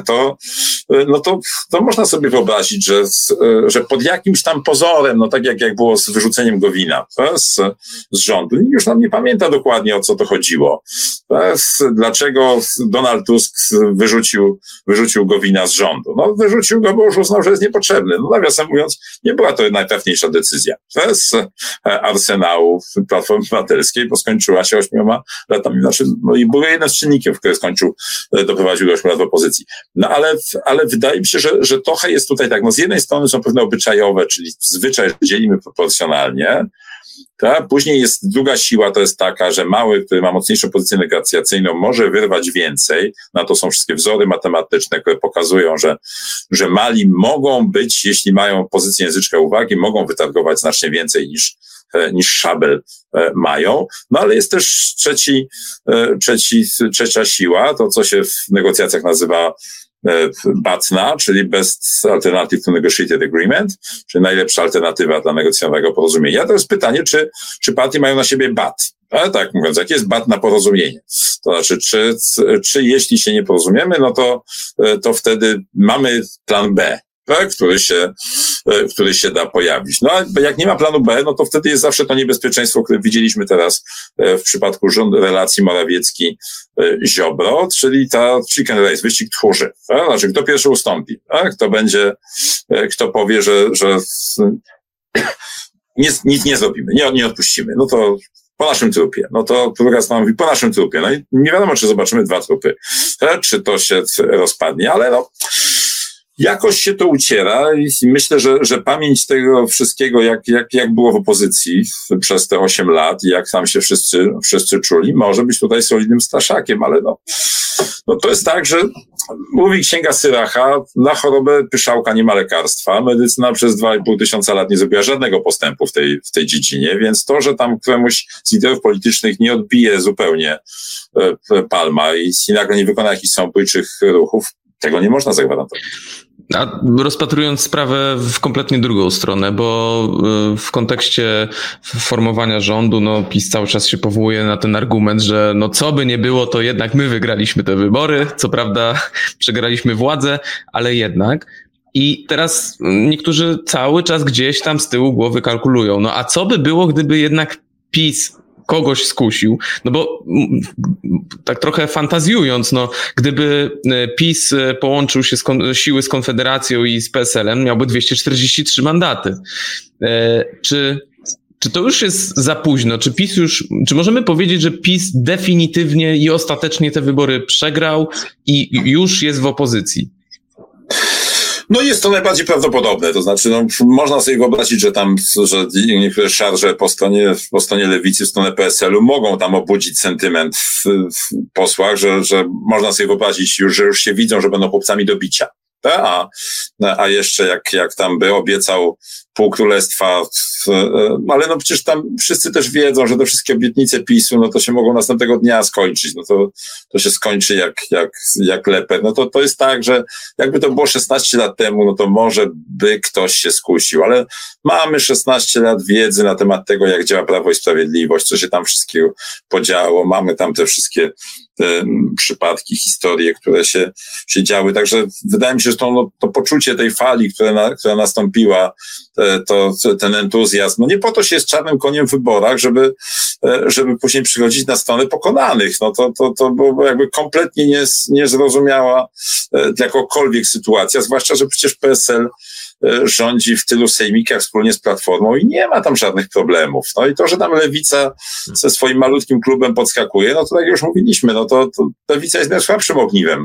C: To można sobie wyobrazić, że pod jakimś tam pozorem, tak jak było z wyrzuceniem Gowina z rządu, już nam nie pamięta dokładnie, o co to chodziło. Dlaczego Donald Tusk wyrzucił Gowina z rządu? Wyrzucił go, bo już uznał, że jest niepotrzebny. Nawiasem mówiąc, nie była to najtrafniejsza decyzja z arsenału Platformy Obywatelskiej, bo skończyła się 8 latami. I był jeden z czynników, który doprowadził do 8 lat w opozycji. Ale wydaje mi się, że trochę jest tutaj tak. Z jednej strony są pewne obyczajowe, czyli zwyczaj, że dzielimy proporcjonalnie. Później jest druga siła, to jest taka, że mały, który ma mocniejszą pozycję negocjacyjną, może wyrwać więcej. Na to są wszystkie wzory matematyczne, które pokazują, że mali mogą być, jeśli mają pozycję języczka uwagi, mogą wytargować znacznie więcej niż Szabel mają. Ale jest też trzecia siła, to co się w negocjacjach nazywa BATNA, czyli Best Alternative to Negotiated Agreement, czyli najlepsza alternatywa dla negocjowanego porozumienia. To jest pytanie, czy partie mają na siebie BAT. Ale tak mówiąc, jak jest bat na porozumienie, to znaczy, czy jeśli się nie porozumiemy, no to wtedy mamy plan B, tak, który się da pojawić. No a jak nie ma planu B, no to wtedy jest zawsze to niebezpieczeństwo, które widzieliśmy teraz w przypadku relacji Morawiecki-Ziobro, czyli ta chicken race, wyścig tchórzy. Tak? Znaczy, kto pierwszy ustąpi, tak? Kto powie, że nic nie zrobimy, nie odpuścimy, no to po naszym trupie. No to druga strona mówi po naszym trupie. No i nie wiadomo, czy zobaczymy 2 trupy, czy to się rozpadnie, ale no jakoś się to uciera i myślę, że pamięć tego wszystkiego, jak było w opozycji przez te 8 lat i jak tam się wszyscy czuli, może być tutaj solidnym straszakiem, ale no to jest tak, że mówi księga Syracha, na chorobę pyszałka nie ma lekarstwa. Medycyna przez 2,5 tysiąca lat nie zrobiła żadnego postępu w tej dziedzinie, więc to, że tam któremuś z liderów politycznych nie odbije zupełnie palma i nagle nie wykona jakichś samobójczych ruchów, tego nie można zagwarantować.
B: A rozpatrując sprawę w kompletnie drugą stronę, bo w kontekście formowania rządu, no PiS cały czas się powołuje na ten argument, że no co by nie było, to jednak my wygraliśmy te wybory, co prawda przegraliśmy władzę, ale jednak. I teraz niektórzy cały czas gdzieś tam z tyłu głowy kalkulują, no a co by było, gdyby jednak PiS kogoś skusił, no bo tak trochę fantazjując, no gdyby PiS połączył się siły z Konfederacją i z PSL-em, miałby 243 mandaty. Czy to już jest za późno? Czy możemy powiedzieć, że PiS definitywnie i ostatecznie te wybory przegrał i już jest w opozycji?
C: No jest to najbardziej prawdopodobne, to znaczy no, można sobie wyobrazić, że niektóre szarże po stronie lewicy, w stronę PSL-u mogą tam obudzić sentyment w posłach, że można sobie wyobrazić że już się widzą, że będą chłopcami do bicia. A jeszcze jak tam by obiecał pół królestwa, ale no przecież tam wszyscy też wiedzą, że te wszystkie obietnice PiS-u, no to się mogą następnego dnia skończyć, no to się skończy jak leper. No to jest tak, że jakby to było 16 lat temu, no to może by ktoś się skusił, ale mamy 16 lat wiedzy na temat tego, jak działa Prawo i Sprawiedliwość, co się tam wszystkiego podziało, mamy tam te wszystkie przypadki, historie, które się działy, także wydaje mi się, że to poczucie tej fali, która nastąpiła, ten entuzjazm, no nie po to się jest czarnym koniem w wyborach, żeby później przychodzić na stronę pokonanych, no to było jakby kompletnie niezrozumiała jakakolwiek sytuacja, zwłaszcza, że przecież PSL rządzi w tylu sejmikach wspólnie z Platformą i nie ma tam żadnych problemów. No i to, że tam Lewica ze swoim malutkim klubem podskakuje, no to tak jak już mówiliśmy, no to Lewica jest najsłabszym ogniwem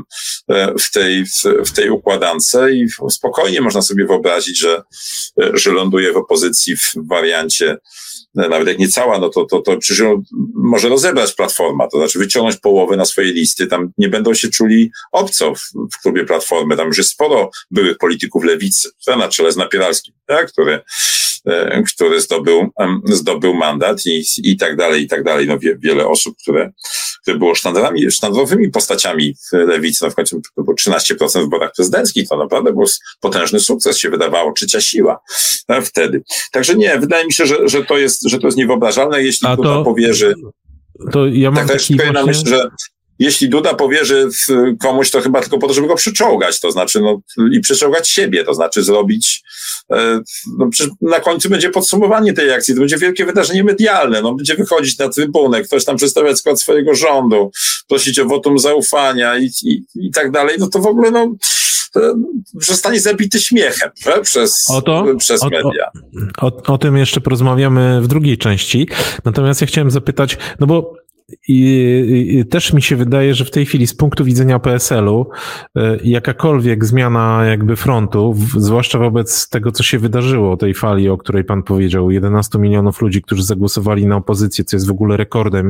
C: w tej układance i spokojnie można sobie wyobrazić, że ląduje w opozycji w wariancie, nawet jak nie cała, no to przecież może rozebrać Platforma, to znaczy wyciągnąć połowę na swoje listy, tam nie będą się czuli obco w klubie Platformy, tam już jest sporo byłych polityków lewicy, na czele z Napieralskim, tak, który zdobył mandat i tak dalej, no wiele osób, które było sztandarowymi postaciami w lewicy, no w końcu to było 13% w wyborach prezydenckich, to naprawdę był potężny sukces, się wydawało, trzecia siła wtedy. Także nie, wydaje mi się, że to jest niewyobrażalne, jeśli Duda powierzy.
A: To ja mam taki
C: na myśl, że jeśli Duda powierzy komuś, to chyba tylko po to, żeby go przyczołgać, to znaczy, no i przyczołgać siebie, to znaczy zrobić, no przecież na końcu będzie podsumowanie tej akcji, to będzie wielkie wydarzenie medialne, no będzie wychodzić na trybunę, ktoś tam przedstawiać skład swojego rządu, prosić o wotum zaufania i tak dalej, no to w ogóle, no, zostanie zabity śmiechem przez media.
A: O tym jeszcze porozmawiamy w drugiej części. Natomiast ja chciałem zapytać, no bo też mi się wydaje, że w tej chwili z punktu widzenia PSL-u jakakolwiek zmiana jakby frontu, zwłaszcza wobec tego, co się wydarzyło, tej fali, o której pan powiedział, 11 milionów ludzi, którzy zagłosowali na opozycję, co jest w ogóle rekordem.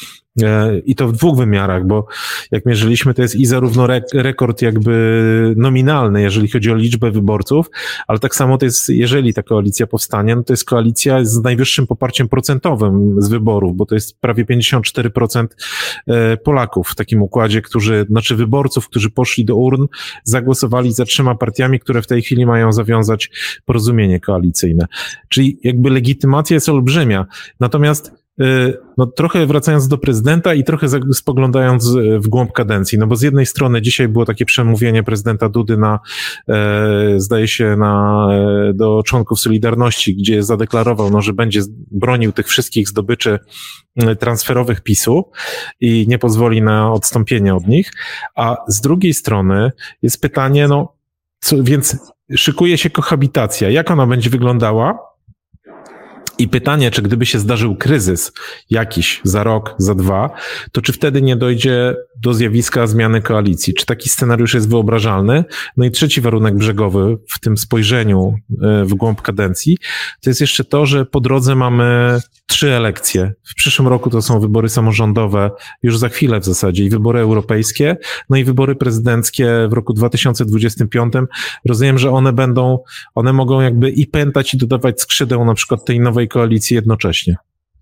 A: I to w dwóch wymiarach, bo jak mierzyliśmy, to jest i zarówno rekord jakby nominalny, jeżeli chodzi o liczbę wyborców, ale tak samo to jest, jeżeli ta koalicja powstanie, no to jest koalicja z najwyższym poparciem procentowym z wyborów, bo to jest prawie 54% Polaków w takim układzie, wyborców, którzy poszli do urn, zagłosowali za 3 partiami, które w tej chwili mają zawiązać porozumienie koalicyjne. Czyli jakby legitymacja jest olbrzymia. Natomiast no trochę wracając do prezydenta i trochę spoglądając w głąb kadencji, no bo z jednej strony dzisiaj było takie przemówienie prezydenta Dudy zdaje się do członków Solidarności, gdzie zadeklarował, no, że będzie bronił tych wszystkich zdobyczy transferowych PiS-u i nie pozwoli na odstąpienie od nich, a z drugiej strony jest pytanie, no więc szykuje się kohabitacja, jak ona będzie wyglądała? I pytanie, czy gdyby się zdarzył kryzys jakiś za rok, za 2, to czy wtedy nie dojdzie do zjawiska zmiany koalicji? Czy taki scenariusz jest wyobrażalny? No i trzeci warunek brzegowy w tym spojrzeniu w głąb kadencji, to jest jeszcze to, że po drodze mamy 3 elekcje. W przyszłym roku to są wybory samorządowe, już za chwilę w zasadzie, i wybory europejskie, no i wybory prezydenckie w roku 2025. Rozumiem, że one mogą jakby i pętać, i dodawać skrzydeł na przykład tej nowej koalicji jednocześnie.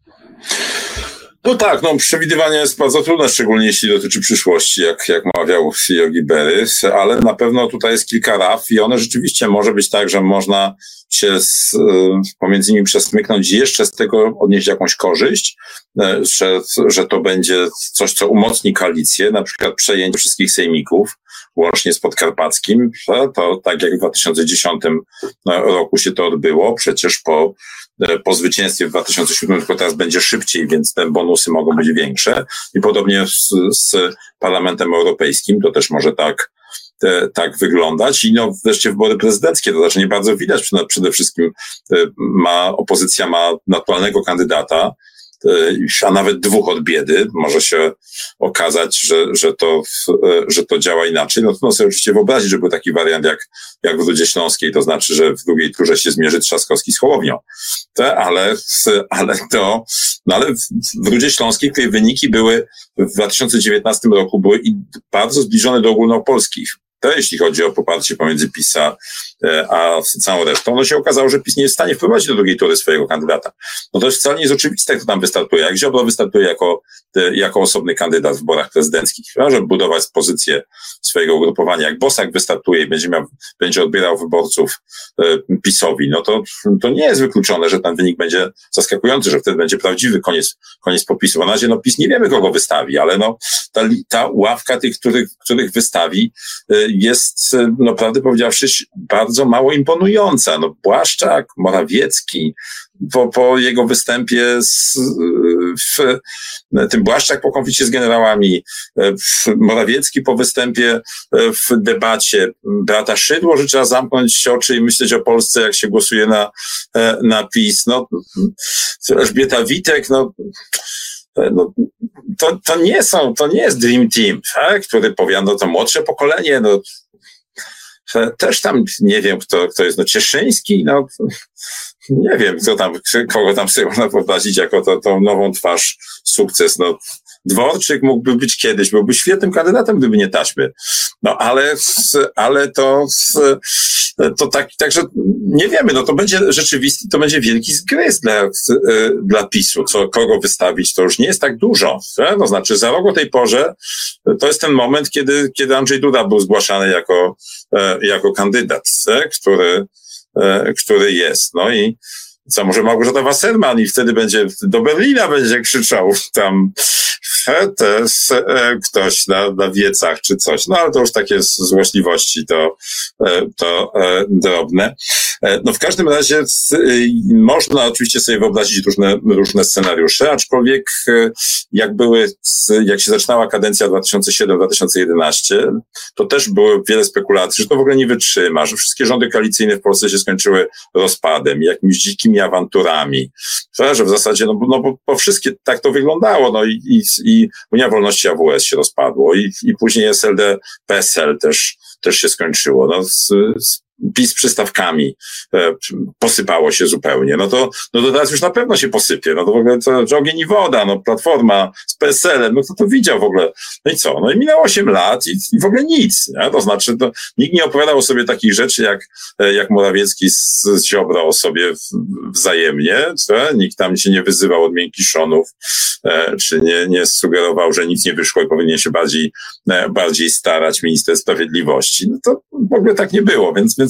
C: No tak, no przewidywanie jest bardzo trudne, szczególnie jeśli dotyczy przyszłości, jak mawiał Yogi Berry, ale na pewno tutaj jest kilka raf i one rzeczywiście może być tak, że można się pomiędzy nimi przesmyknąć i jeszcze z tego odnieść jakąś korzyść, że to będzie coś, co umocni koalicję, na przykład przejęcie wszystkich sejmików, łącznie z podkarpackim, to tak jak w 2010 roku się to odbyło, przecież po zwycięstwie w 2007, tylko teraz będzie szybciej, więc te bonusy mogą być większe. I podobnie z Parlamentem Europejskim, to też może tak wyglądać. I no wreszcie wybory prezydenckie, to znaczy nie bardzo widać, przede wszystkim opozycja ma naturalnego kandydata, a nawet 2 od biedy. Może się okazać, że to działa inaczej. No to sobie oczywiście wyobrazić, że był taki wariant jak w Rudzie Śląskiej, to znaczy, że w drugiej turze się zmierzy Trzaskowski z Hołownią. Ale w Rudzie Śląskiej, której wyniki były w 2019 roku były bardzo zbliżone do ogólnopolskich. Jeśli chodzi o poparcie pomiędzy PiS a całą resztą, no się okazało, że PiS nie jest w stanie wprowadzić do drugiej tury swojego kandydata. No to wcale nie jest oczywiste, kto tam wystartuje. Jak Ziobro wystartuje jako osobny kandydat w wyborach prezydenckich, żeby budować pozycję swojego ugrupowania. Jak Bosak wystartuje i będzie odbierał wyborców PiS-owi, no to nie jest wykluczone, że ten wynik będzie zaskakujący, że wtedy będzie prawdziwy koniec popisu. Na razie PiS nie wiemy, kogo wystawi, ale ta ławka tych, których wystawi, jest, prawdę powiedziawszy, bardzo mało imponująca. Błaszczak, Morawiecki, po jego występie tym Błaszczak po konflikcie z generałami, Morawiecki po występie w debacie, Beata Szydło, że trzeba zamknąć oczy i myśleć o Polsce, jak się głosuje na PiS. Elżbieta Witek, to nie jest Dream Team, tak? Który powiada, to młodsze pokolenie, też tam nie wiem, kto jest, Cieszyński, nie wiem, kogo tam sobie można wyobrazić jako tą nową twarz, sukces, Dworczyk mógłby być kiedyś, byłby świetnym kandydatem, gdyby nie taśmy. Ale to także nie wiemy, to będzie rzeczywisty, to będzie wielki zgryz dla PiS-u, kogo wystawić, to już nie jest tak dużo. To znaczy za rok o tej porze to jest ten moment, kiedy Andrzej Duda był zgłaszany jako kandydat, który jest. I co, może Małgorzata Wasserman i wtedy do Berlina będzie krzyczał tam ktoś na wiecach czy coś. Ale to już takie złośliwości, to drobne. W każdym razie można oczywiście sobie wyobrazić różne scenariusze, aczkolwiek jak się zaczynała kadencja 2007-2011, to też było wiele spekulacji, że to w ogóle nie wytrzyma, że wszystkie rządy koalicyjne w Polsce się skończyły rozpadem, jakimiś dzikimi awanturami, że w zasadzie, bo wszystkie tak to wyglądało, i Unia Wolności AWS się rozpadło i później SLD, PSL też się skończyło. PiS z przystawkami posypało się zupełnie. To teraz już na pewno się posypie. To w ogóle to ogień i woda, Platforma z PSL-em, to widział w ogóle. I co? I minęło 8 lat i w ogóle nic. Nie? To znaczy, nikt nie opowiadał o sobie takich rzeczy, jak Morawiecki z Ziobro o sobie wzajemnie. Nikt tam się nie wyzywał od miękiszonów, czy nie sugerował, że nic nie wyszło i powinien się bardziej starać minister sprawiedliwości. To w ogóle tak nie było, więc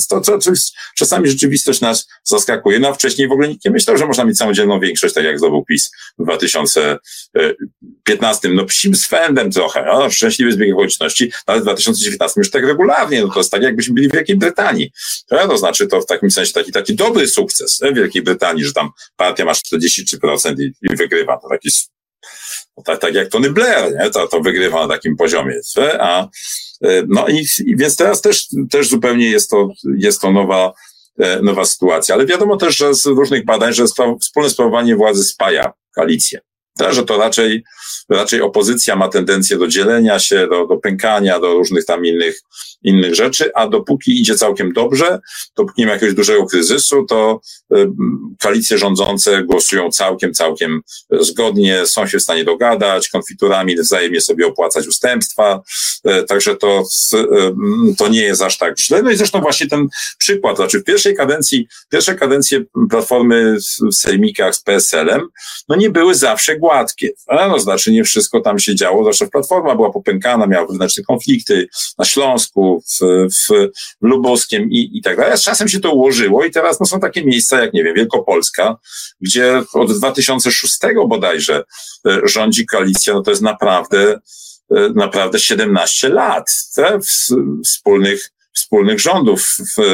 C: więc to czasami rzeczywistość nas zaskakuje. No a wcześniej w ogóle nikt nie myślał, że można mieć samodzielną większość, tak jak zdobył PiS w 2015. No psim swędem trochę, no, szczęśliwy zbieg okoliczności, ale w 2019 już tak regularnie, no to jest tak jakbyśmy byli w Wielkiej Brytanii. To znaczy to w takim sensie taki dobry sukces w Wielkiej Brytanii, że tam partia ma 43% i wygrywa. To taki, tak jak Tony Blair, nie? To wygrywa na takim poziomie. No i więc teraz też zupełnie jest to nowa sytuacja. Ale wiadomo też, że z różnych badań, że wspólne sprawowanie władzy spaja koalicję. Że to raczej opozycja ma tendencję do dzielenia się, do pękania, do różnych tam innych rzeczy, a dopóki idzie całkiem dobrze, dopóki nie ma jakiegoś dużego kryzysu, to koalicje rządzące głosują całkiem zgodnie, są się w stanie dogadać, konfiturami wzajemnie sobie opłacać ustępstwa, także to nie jest aż tak źle. No i zresztą właśnie ten przykład, znaczy pierwsze kadencje Platformy w sejmikach z PSL-em, no nie były zawsze gładkie, no znaczy nie wszystko tam się działo, zawsze Platforma była popękana, miała wewnętrzne konflikty na Śląsku, w Lubuskiem i tak dalej. Z czasem się to ułożyło i teraz no, są takie miejsca jak, nie wiem, Wielkopolska, gdzie od 2006 bodajże rządzi koalicja, no to jest naprawdę 17 lat wspólnych rządów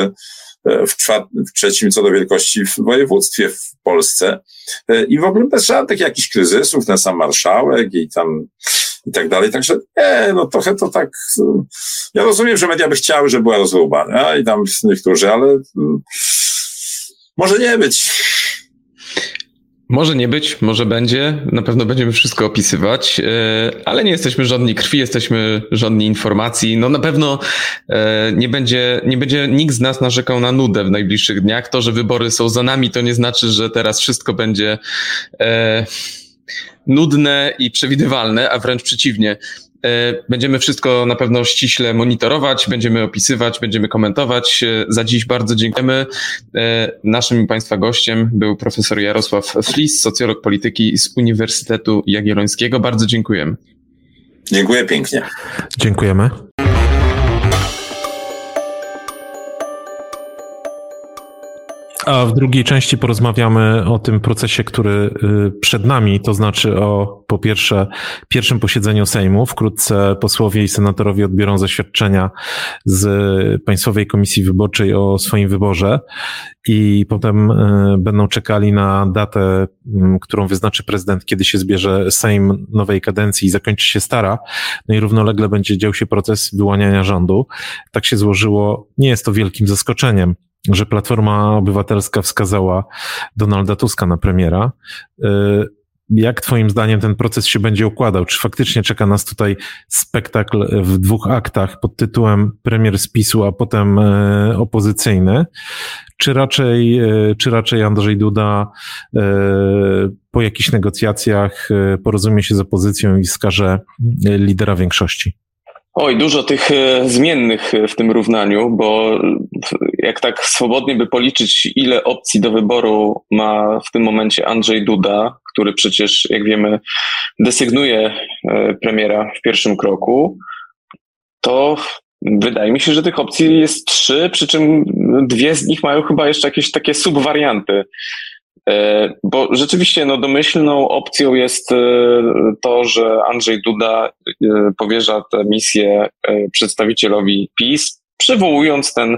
C: w trzecim co do wielkości w województwie w Polsce i w ogóle bez żadnych jakichś kryzysów, ten sam marszałek i tak dalej, także no trochę to tak, ja rozumiem, że media by chciały, żeby była rozruba, i tam niektórzy, ale może nie być.
B: Może nie być, może będzie, na pewno będziemy wszystko opisywać, ale nie jesteśmy żądni krwi, jesteśmy żądni informacji. No na pewno nie będzie nikt z nas narzekał na nudę w najbliższych dniach. To, że wybory są za nami, to nie znaczy, że teraz wszystko będzie nudne i przewidywalne, a wręcz przeciwnie. Będziemy wszystko na pewno ściśle monitorować, będziemy opisywać, będziemy komentować. Za dziś bardzo dziękujemy. Naszym Państwa gościem był profesor Jarosław Flis, socjolog polityki z Uniwersytetu Jagiellońskiego. Bardzo dziękujemy.
C: Dziękuję pięknie.
A: Dziękujemy. A w drugiej części porozmawiamy o tym procesie, który przed nami, to znaczy po pierwsze pierwszym posiedzeniu Sejmu. Wkrótce posłowie i senatorowie odbiorą zaświadczenia z Państwowej Komisji Wyborczej o swoim wyborze i potem będą czekali na datę, którą wyznaczy prezydent, kiedy się zbierze Sejm nowej kadencji i zakończy się stara. No i równolegle będzie dział się proces wyłaniania rządu. Tak się złożyło, nie jest to wielkim zaskoczeniem, że Platforma Obywatelska wskazała Donalda Tuska na premiera. Jak twoim zdaniem ten proces się będzie układał? Czy faktycznie czeka nas tutaj spektakl w 2 aktach pod tytułem premier z PiS-u, a potem opozycyjny? Czy raczej Andrzej Duda po jakichś negocjacjach porozumie się z opozycją i wskaże lidera większości?
B: Oj, dużo tych zmiennych w tym równaniu, bo jak tak swobodnie by policzyć, ile opcji do wyboru ma w tym momencie Andrzej Duda, który przecież, jak wiemy, desygnuje premiera w pierwszym kroku, to wydaje mi się, że tych opcji jest 3, przy czym 2 z nich mają chyba jeszcze jakieś takie subwarianty. Bo rzeczywiście domyślną opcją jest to, że Andrzej Duda powierza tę misję przedstawicielowi PiS, przywołując ten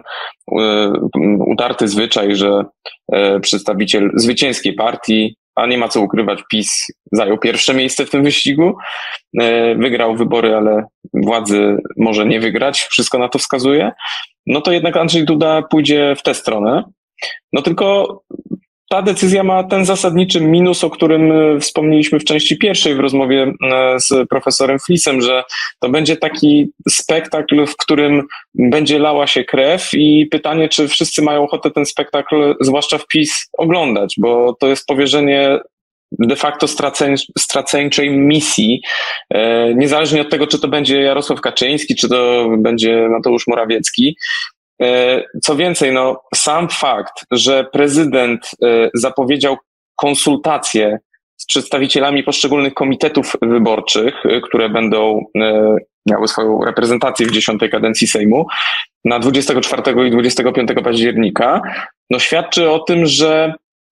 B: utarty zwyczaj, że przedstawiciel zwycięskiej partii, a nie ma co ukrywać, PiS zajął pierwsze miejsce w tym wyścigu, wygrał wybory, ale władzy może nie wygrać, wszystko na to wskazuje, no to jednak Andrzej Duda pójdzie w tę stronę. No tylko ta decyzja ma ten zasadniczy minus, o którym wspomnieliśmy w części pierwszej w rozmowie z profesorem Flisem, że to będzie taki spektakl, w którym będzie lała się krew i pytanie, czy wszyscy mają ochotę ten spektakl, zwłaszcza w PiS, oglądać, bo to jest powierzenie de facto straceńczej misji, niezależnie od tego, czy to będzie Jarosław Kaczyński, czy to będzie Mateusz Morawiecki. Co więcej, sam fakt, że prezydent zapowiedział konsultacje z przedstawicielami poszczególnych komitetów wyborczych, które będą miały swoją reprezentację w 10. kadencji Sejmu na 24 i 25 października, no świadczy o tym, że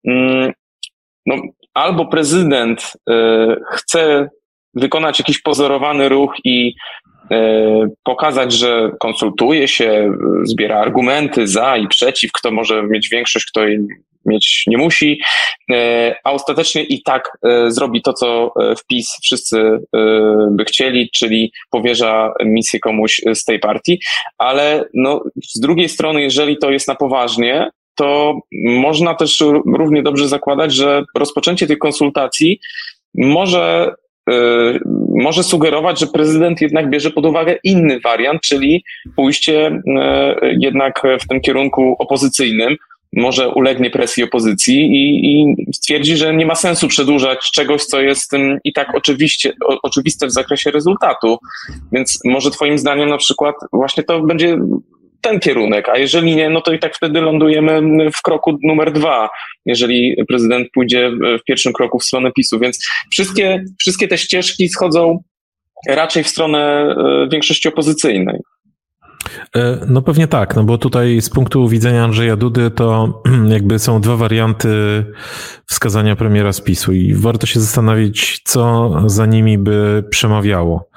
B: albo prezydent chce wykonać jakiś pozorowany ruch i pokazać, że konsultuje się, zbiera argumenty za i przeciw, kto może mieć większość, kto jej mieć nie musi, a ostatecznie i tak zrobi to, co w PiS wszyscy by chcieli, czyli powierza misję komuś z tej partii, ale z drugiej strony, jeżeli to jest na poważnie, to można też równie dobrze zakładać, że rozpoczęcie tych konsultacji może sugerować, że prezydent jednak bierze pod uwagę inny wariant, czyli pójście jednak w tym kierunku opozycyjnym, może ulegnie presji opozycji i stwierdzi, że nie ma sensu przedłużać czegoś, co jest i tak oczywiste w zakresie rezultatu. Więc może twoim zdaniem na przykład właśnie to będzie ten kierunek, a jeżeli nie, no to i tak wtedy lądujemy w kroku numer 2, jeżeli prezydent pójdzie w pierwszym kroku w stronę PiS-u. Więc wszystkie te ścieżki schodzą raczej w stronę większości opozycyjnej.
A: No pewnie tak, no bo tutaj z punktu widzenia Andrzeja Dudy to jakby są dwa warianty wskazania premiera z PiS-u i warto się zastanowić, co za nimi by przemawiało.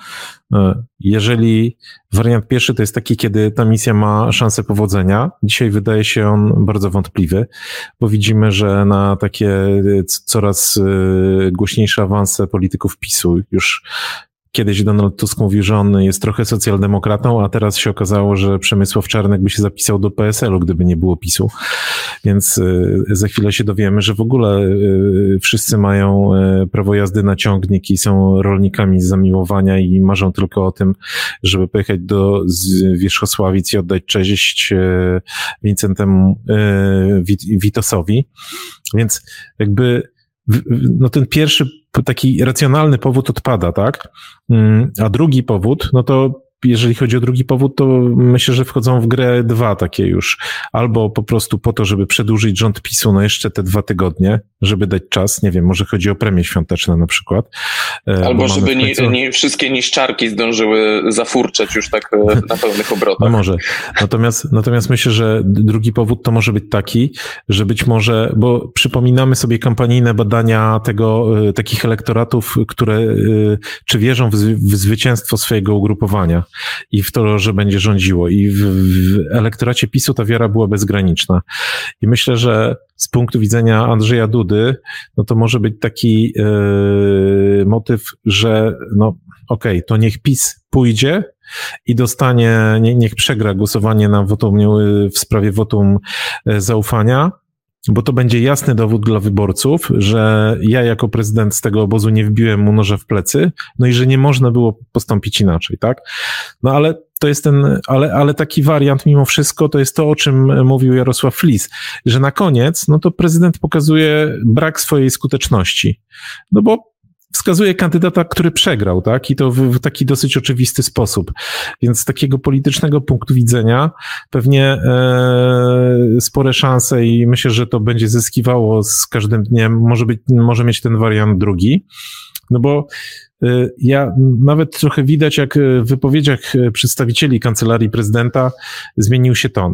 A: Jeżeli wariant pierwszy to jest taki, kiedy ta misja ma szansę powodzenia, dzisiaj wydaje się on bardzo wątpliwy, bo widzimy, że na takie coraz głośniejsze awanse polityków PiS-u już kiedyś Donald Tusk mówił, że on jest trochę socjaldemokratą, a teraz się okazało, że Przemysław Czarnek by się zapisał do PSL-u, gdyby nie było PiS-u. Więc za chwilę się dowiemy, że w ogóle wszyscy mają prawo jazdy na ciągnik i są rolnikami z zamiłowania i marzą tylko o tym, żeby pojechać do Wierzchosławic i oddać cześć Wincentemu Witosowi. Więc jakby ten pierwszy taki racjonalny powód odpada, tak? A drugi powód, no to jeżeli chodzi o drugi powód, to myślę, że wchodzą w grę dwa takie już. Albo po prostu po to, żeby przedłużyć rząd PiS-u jeszcze te 2 tygodnie, żeby dać czas, nie wiem, może chodzi o premie świąteczne na przykład.
B: Albo żeby nie wszystkie niszczarki zdążyły zafurczeć już tak na pełnych obrotach.
A: No może. Natomiast myślę, że drugi powód to może być taki, że być może, bo przypominamy sobie kampanijne badania takich elektoratów, które czy wierzą w zwycięstwo swojego ugrupowania i w to, że będzie rządziło. I w elektoracie PiS-u ta wiara była bezgraniczna. I myślę, że z punktu widzenia Andrzeja Dudy, no to może być taki motyw, że okej, to niech PiS pójdzie i dostanie, niech przegra głosowanie na wotum, w sprawie wotum zaufania, bo to będzie jasny dowód dla wyborców, że ja jako prezydent z tego obozu nie wbiłem mu noża w plecy, no i że nie można było postąpić inaczej, tak? No ale to jest ale taki wariant mimo wszystko to jest to, o czym mówił Jarosław Flis, że na koniec, no to prezydent pokazuje brak swojej skuteczności, no bo wskazuje kandydata, który przegrał, tak? I to w taki dosyć oczywisty sposób. Więc z takiego politycznego punktu widzenia pewnie spore szanse i myślę, że to będzie zyskiwało z każdym dniem, może mieć ten wariant drugi. No bo ja nawet trochę widać, jak w wypowiedziach przedstawicieli Kancelarii Prezydenta zmienił się ton.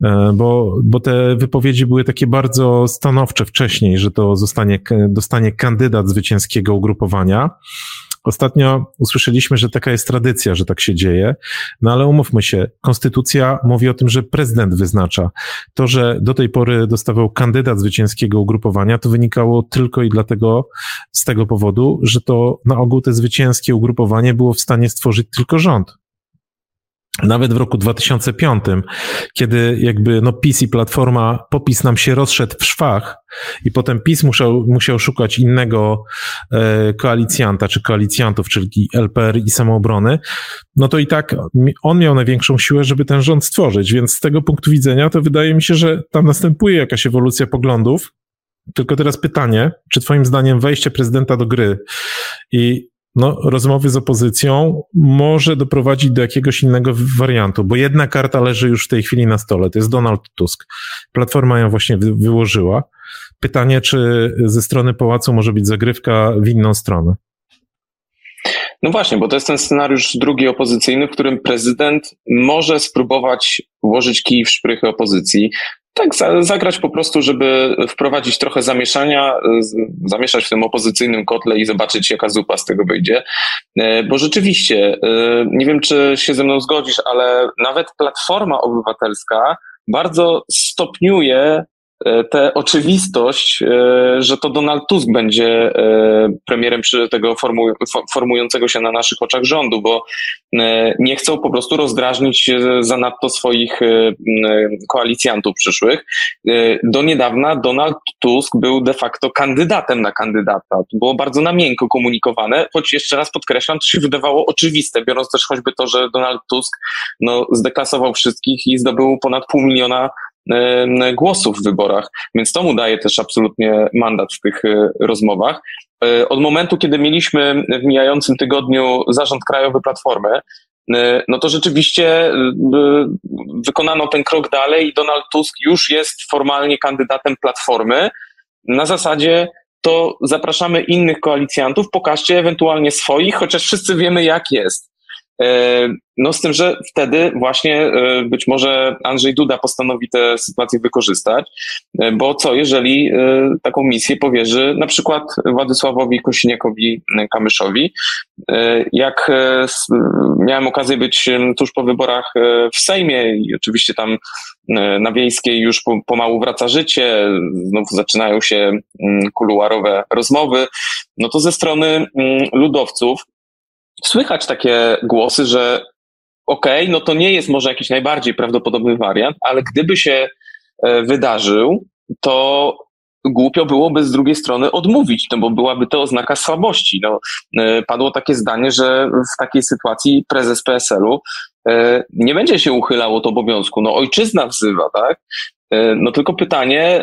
A: Bo te wypowiedzi były takie bardzo stanowcze wcześniej, że to dostanie kandydat zwycięskiego ugrupowania. Ostatnio usłyszeliśmy, że taka jest tradycja, że tak się dzieje, no ale umówmy się, konstytucja mówi o tym, że prezydent wyznacza. To, że do tej pory dostawał kandydat zwycięskiego ugrupowania, to wynikało tylko i dlatego z tego powodu, że to na ogół te zwycięskie ugrupowanie było w stanie stworzyć tylko rząd. Nawet w roku 2005, kiedy jakby PiS i Platforma, popis nam się rozszedł w szwach i potem PiS musiał szukać innego koalicjanta czy koalicjantów, czyli LPR i Samoobrony, no to i tak on miał największą siłę, żeby ten rząd stworzyć, więc z tego punktu widzenia to wydaje mi się, że tam następuje jakaś ewolucja poglądów. Tylko teraz pytanie, czy twoim zdaniem wejście prezydenta do gry i rozmowy z opozycją może doprowadzić do jakiegoś innego wariantu, bo jedna karta leży już w tej chwili na stole, to jest Donald Tusk. Platforma ją właśnie wyłożyła. pytanie, czy ze strony pałacu może być zagrywka w inną stronę.
D: No właśnie, bo to jest ten scenariusz drugi opozycyjny, w którym prezydent może spróbować włożyć kij w szprychy opozycji, tak zagrać po prostu, żeby wprowadzić trochę zamieszania, zamieszać w tym opozycyjnym kotle i zobaczyć, jaka zupa z tego wyjdzie. Bo rzeczywiście, nie wiem, czy się ze mną zgodzisz, ale nawet Platforma Obywatelska bardzo stopniuje tę oczywistość, że to Donald Tusk będzie premierem tego formującego się na naszych oczach rządu, bo nie chcą po prostu rozdrażnić zanadto swoich koalicjantów przyszłych. Do niedawna Donald Tusk był de facto kandydatem na kandydata. To było bardzo na miękko komunikowane, choć jeszcze raz podkreślam, to się wydawało oczywiste, biorąc też choćby to, że Donald Tusk zdeklasował wszystkich i zdobył ponad 500 000 głosów w wyborach, więc to mu daje też absolutnie mandat w tych rozmowach. Od momentu, kiedy mieliśmy w mijającym tygodniu zarząd krajowy Platformy, no to rzeczywiście wykonano ten krok dalej i Donald Tusk już jest formalnie kandydatem Platformy. Na zasadzie to zapraszamy innych koalicjantów, pokażcie ewentualnie swoich, chociaż wszyscy wiemy, jak jest. No z tym, że wtedy właśnie być może Andrzej Duda postanowi tę sytuację wykorzystać, bo co jeżeli taką misję powierzy na przykład Władysławowi Kosiniakowi-Kamyszowi. Jak miałem okazję być tuż po wyborach w Sejmie i oczywiście tam na Wiejskiej już pomału wraca życie, znów zaczynają się kuluarowe rozmowy, no to ze strony ludowców słychać takie głosy, że okej, no to nie jest może jakiś najbardziej prawdopodobny wariant, ale gdyby się wydarzył, to głupio byłoby z drugiej strony odmówić, no bo byłaby to oznaka słabości. No, padło takie zdanie, że w takiej sytuacji prezes PSL-u nie będzie się uchylał od obowiązku. No ojczyzna wzywa, tak? No tylko pytanie,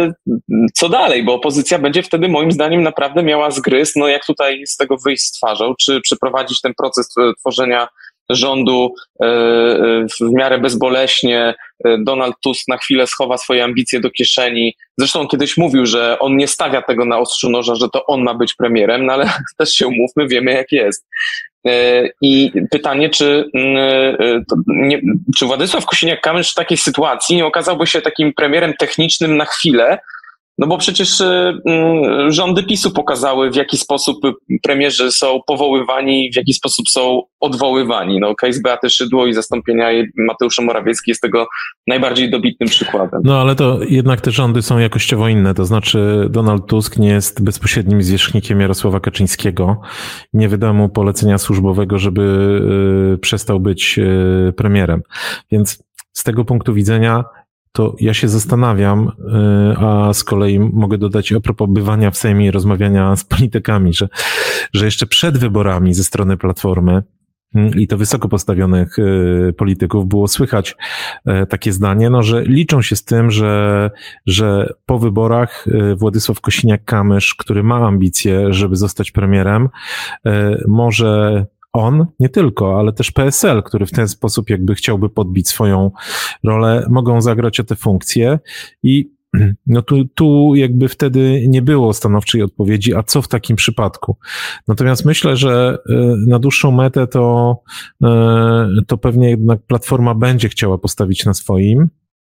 D: co dalej, bo opozycja będzie wtedy moim zdaniem naprawdę miała zgryz, no jak tutaj z tego wyjść z twarzą, czy przeprowadzić ten proces tworzenia rządu w miarę bezboleśnie. Donald Tusk na chwilę schowa swoje ambicje do kieszeni. Zresztą kiedyś mówił, że on nie stawia tego na ostrzu noża, że to on ma być premierem, no ale też się umówmy, wiemy jak jest. I pytanie, czy Władysław Kosiniak-Kamysz w takiej sytuacji nie okazałby się takim premierem technicznym na chwilę, no bo przecież rządy PiS-u pokazały, w jaki sposób premierzy są powoływani, w jaki sposób są odwoływani. No, case Beaty Szydło i zastąpienia Mateusza Morawiecki jest tego najbardziej dobitnym przykładem.
A: No ale to jednak te rządy są jakościowo inne, to znaczy Donald Tusk nie jest bezpośrednim zwierzchnikiem Jarosława Kaczyńskiego. Nie wyda mu polecenia służbowego, żeby przestał być premierem. Więc z tego punktu widzenia to ja się zastanawiam, a z kolei mogę dodać a propos bywania w Sejmie i rozmawiania z politykami, że jeszcze przed wyborami ze strony Platformy i to wysoko postawionych polityków było słychać takie zdanie, no, że liczą się z tym, że po wyborach Władysław Kosiniak-Kamysz, który ma ambicje, żeby zostać premierem, może on, nie tylko, ale też PSL, który w ten sposób jakby chciałby podbić swoją rolę, mogą zagrać o te funkcje i no tu jakby wtedy nie było stanowczej odpowiedzi, a co w takim przypadku? Natomiast myślę, że na dłuższą metę to pewnie jednak Platforma będzie chciała postawić na swoim,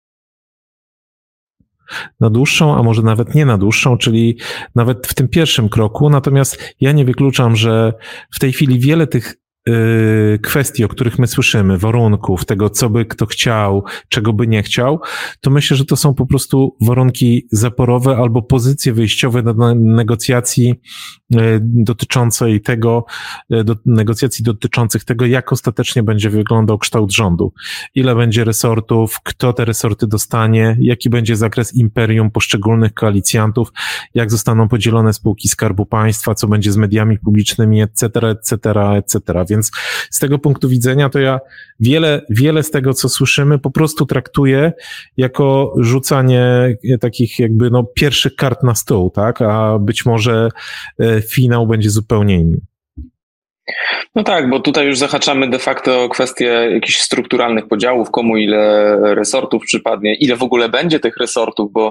A: na dłuższą, a może nawet nie na dłuższą, czyli nawet w tym pierwszym kroku. Natomiast ja nie wykluczam, że w tej chwili wiele tych kwestii, o których my słyszymy, warunków, tego, co by kto chciał, czego by nie chciał, to myślę, że to są po prostu warunki zaporowe albo pozycje wyjściowe do negocjacji dotyczącej tego, negocjacji dotyczących tego, jak ostatecznie będzie wyglądał kształt rządu. Ile będzie resortów, kto te resorty dostanie, jaki będzie zakres imperium poszczególnych koalicjantów, jak zostaną podzielone spółki Skarbu Państwa, co będzie z mediami publicznymi, etc., etc., etc. Więc z tego punktu widzenia to ja wiele z tego, co słyszymy, po prostu traktuję jako rzucanie takich jakby pierwszych kart na stół, tak? A być może finał będzie zupełnie inny.
D: No tak, bo tutaj już zahaczamy de facto o kwestię jakichś strukturalnych podziałów, komu ile resortów przypadnie, ile w ogóle będzie tych resortów, bo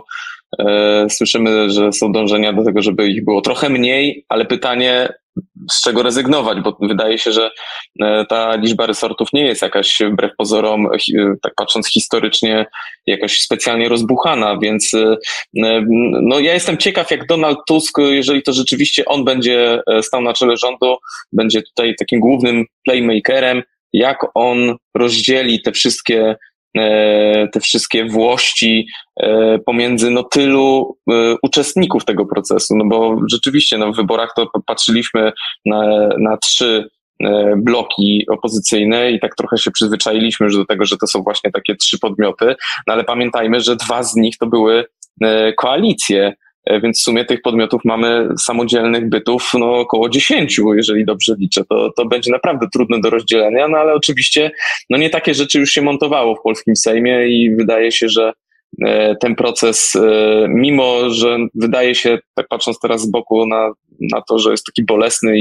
D: Słyszymy, że są dążenia do tego, żeby ich było trochę mniej, ale pytanie, z czego rezygnować, bo wydaje się, że ta liczba resortów nie jest jakaś wbrew pozorom, tak patrząc historycznie, jakoś specjalnie rozbuchana, więc no ja jestem ciekaw, jak Donald Tusk, jeżeli to rzeczywiście on będzie stał na czele rządu, będzie tutaj takim głównym playmakerem, jak on rozdzieli te wszystkie włości pomiędzy tylu uczestników tego procesu, bo rzeczywiście w wyborach to patrzyliśmy na 3 bloki opozycyjne i tak trochę się przyzwyczailiśmy już do tego, że to są właśnie takie 3 podmioty, ale pamiętajmy, że 2 z nich to były koalicje, więc w sumie tych podmiotów mamy samodzielnych bytów około 10, jeżeli dobrze liczę. To będzie naprawdę trudne do rozdzielenia, ale oczywiście nie takie rzeczy już się montowało w polskim Sejmie i wydaje się, że ten proces, mimo że wydaje się, tak patrząc teraz z boku na to, że jest taki bolesny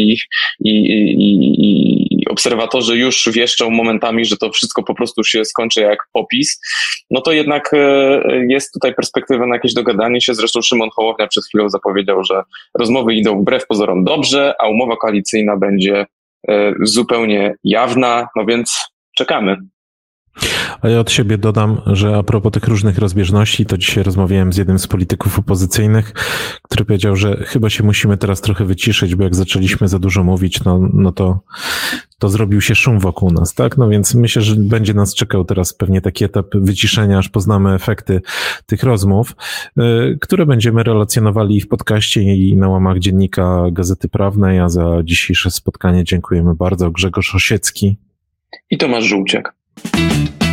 D: i obserwatorzy już wieszczą momentami, że to wszystko po prostu się skończy jak popis, to jednak jest tutaj perspektywa na jakieś dogadanie się. Zresztą Szymon Hołownia przed chwilą zapowiedział, że rozmowy idą wbrew pozorom dobrze, a umowa koalicyjna będzie zupełnie jawna, więc czekamy.
A: A ja od siebie dodam, że a propos tych różnych rozbieżności, to dzisiaj rozmawiałem z jednym z polityków opozycyjnych, który powiedział, że chyba się musimy teraz trochę wyciszyć, bo jak zaczęliśmy za dużo mówić, to zrobił się szum wokół nas, tak? Więc myślę, że będzie nas czekał teraz pewnie taki etap wyciszenia, aż poznamy efekty tych rozmów, które będziemy relacjonowali w podcaście i na łamach dziennika Gazety Prawnej, a za dzisiejsze spotkanie dziękujemy bardzo. Grzegorz Osiecki
D: i Tomasz Żółciak.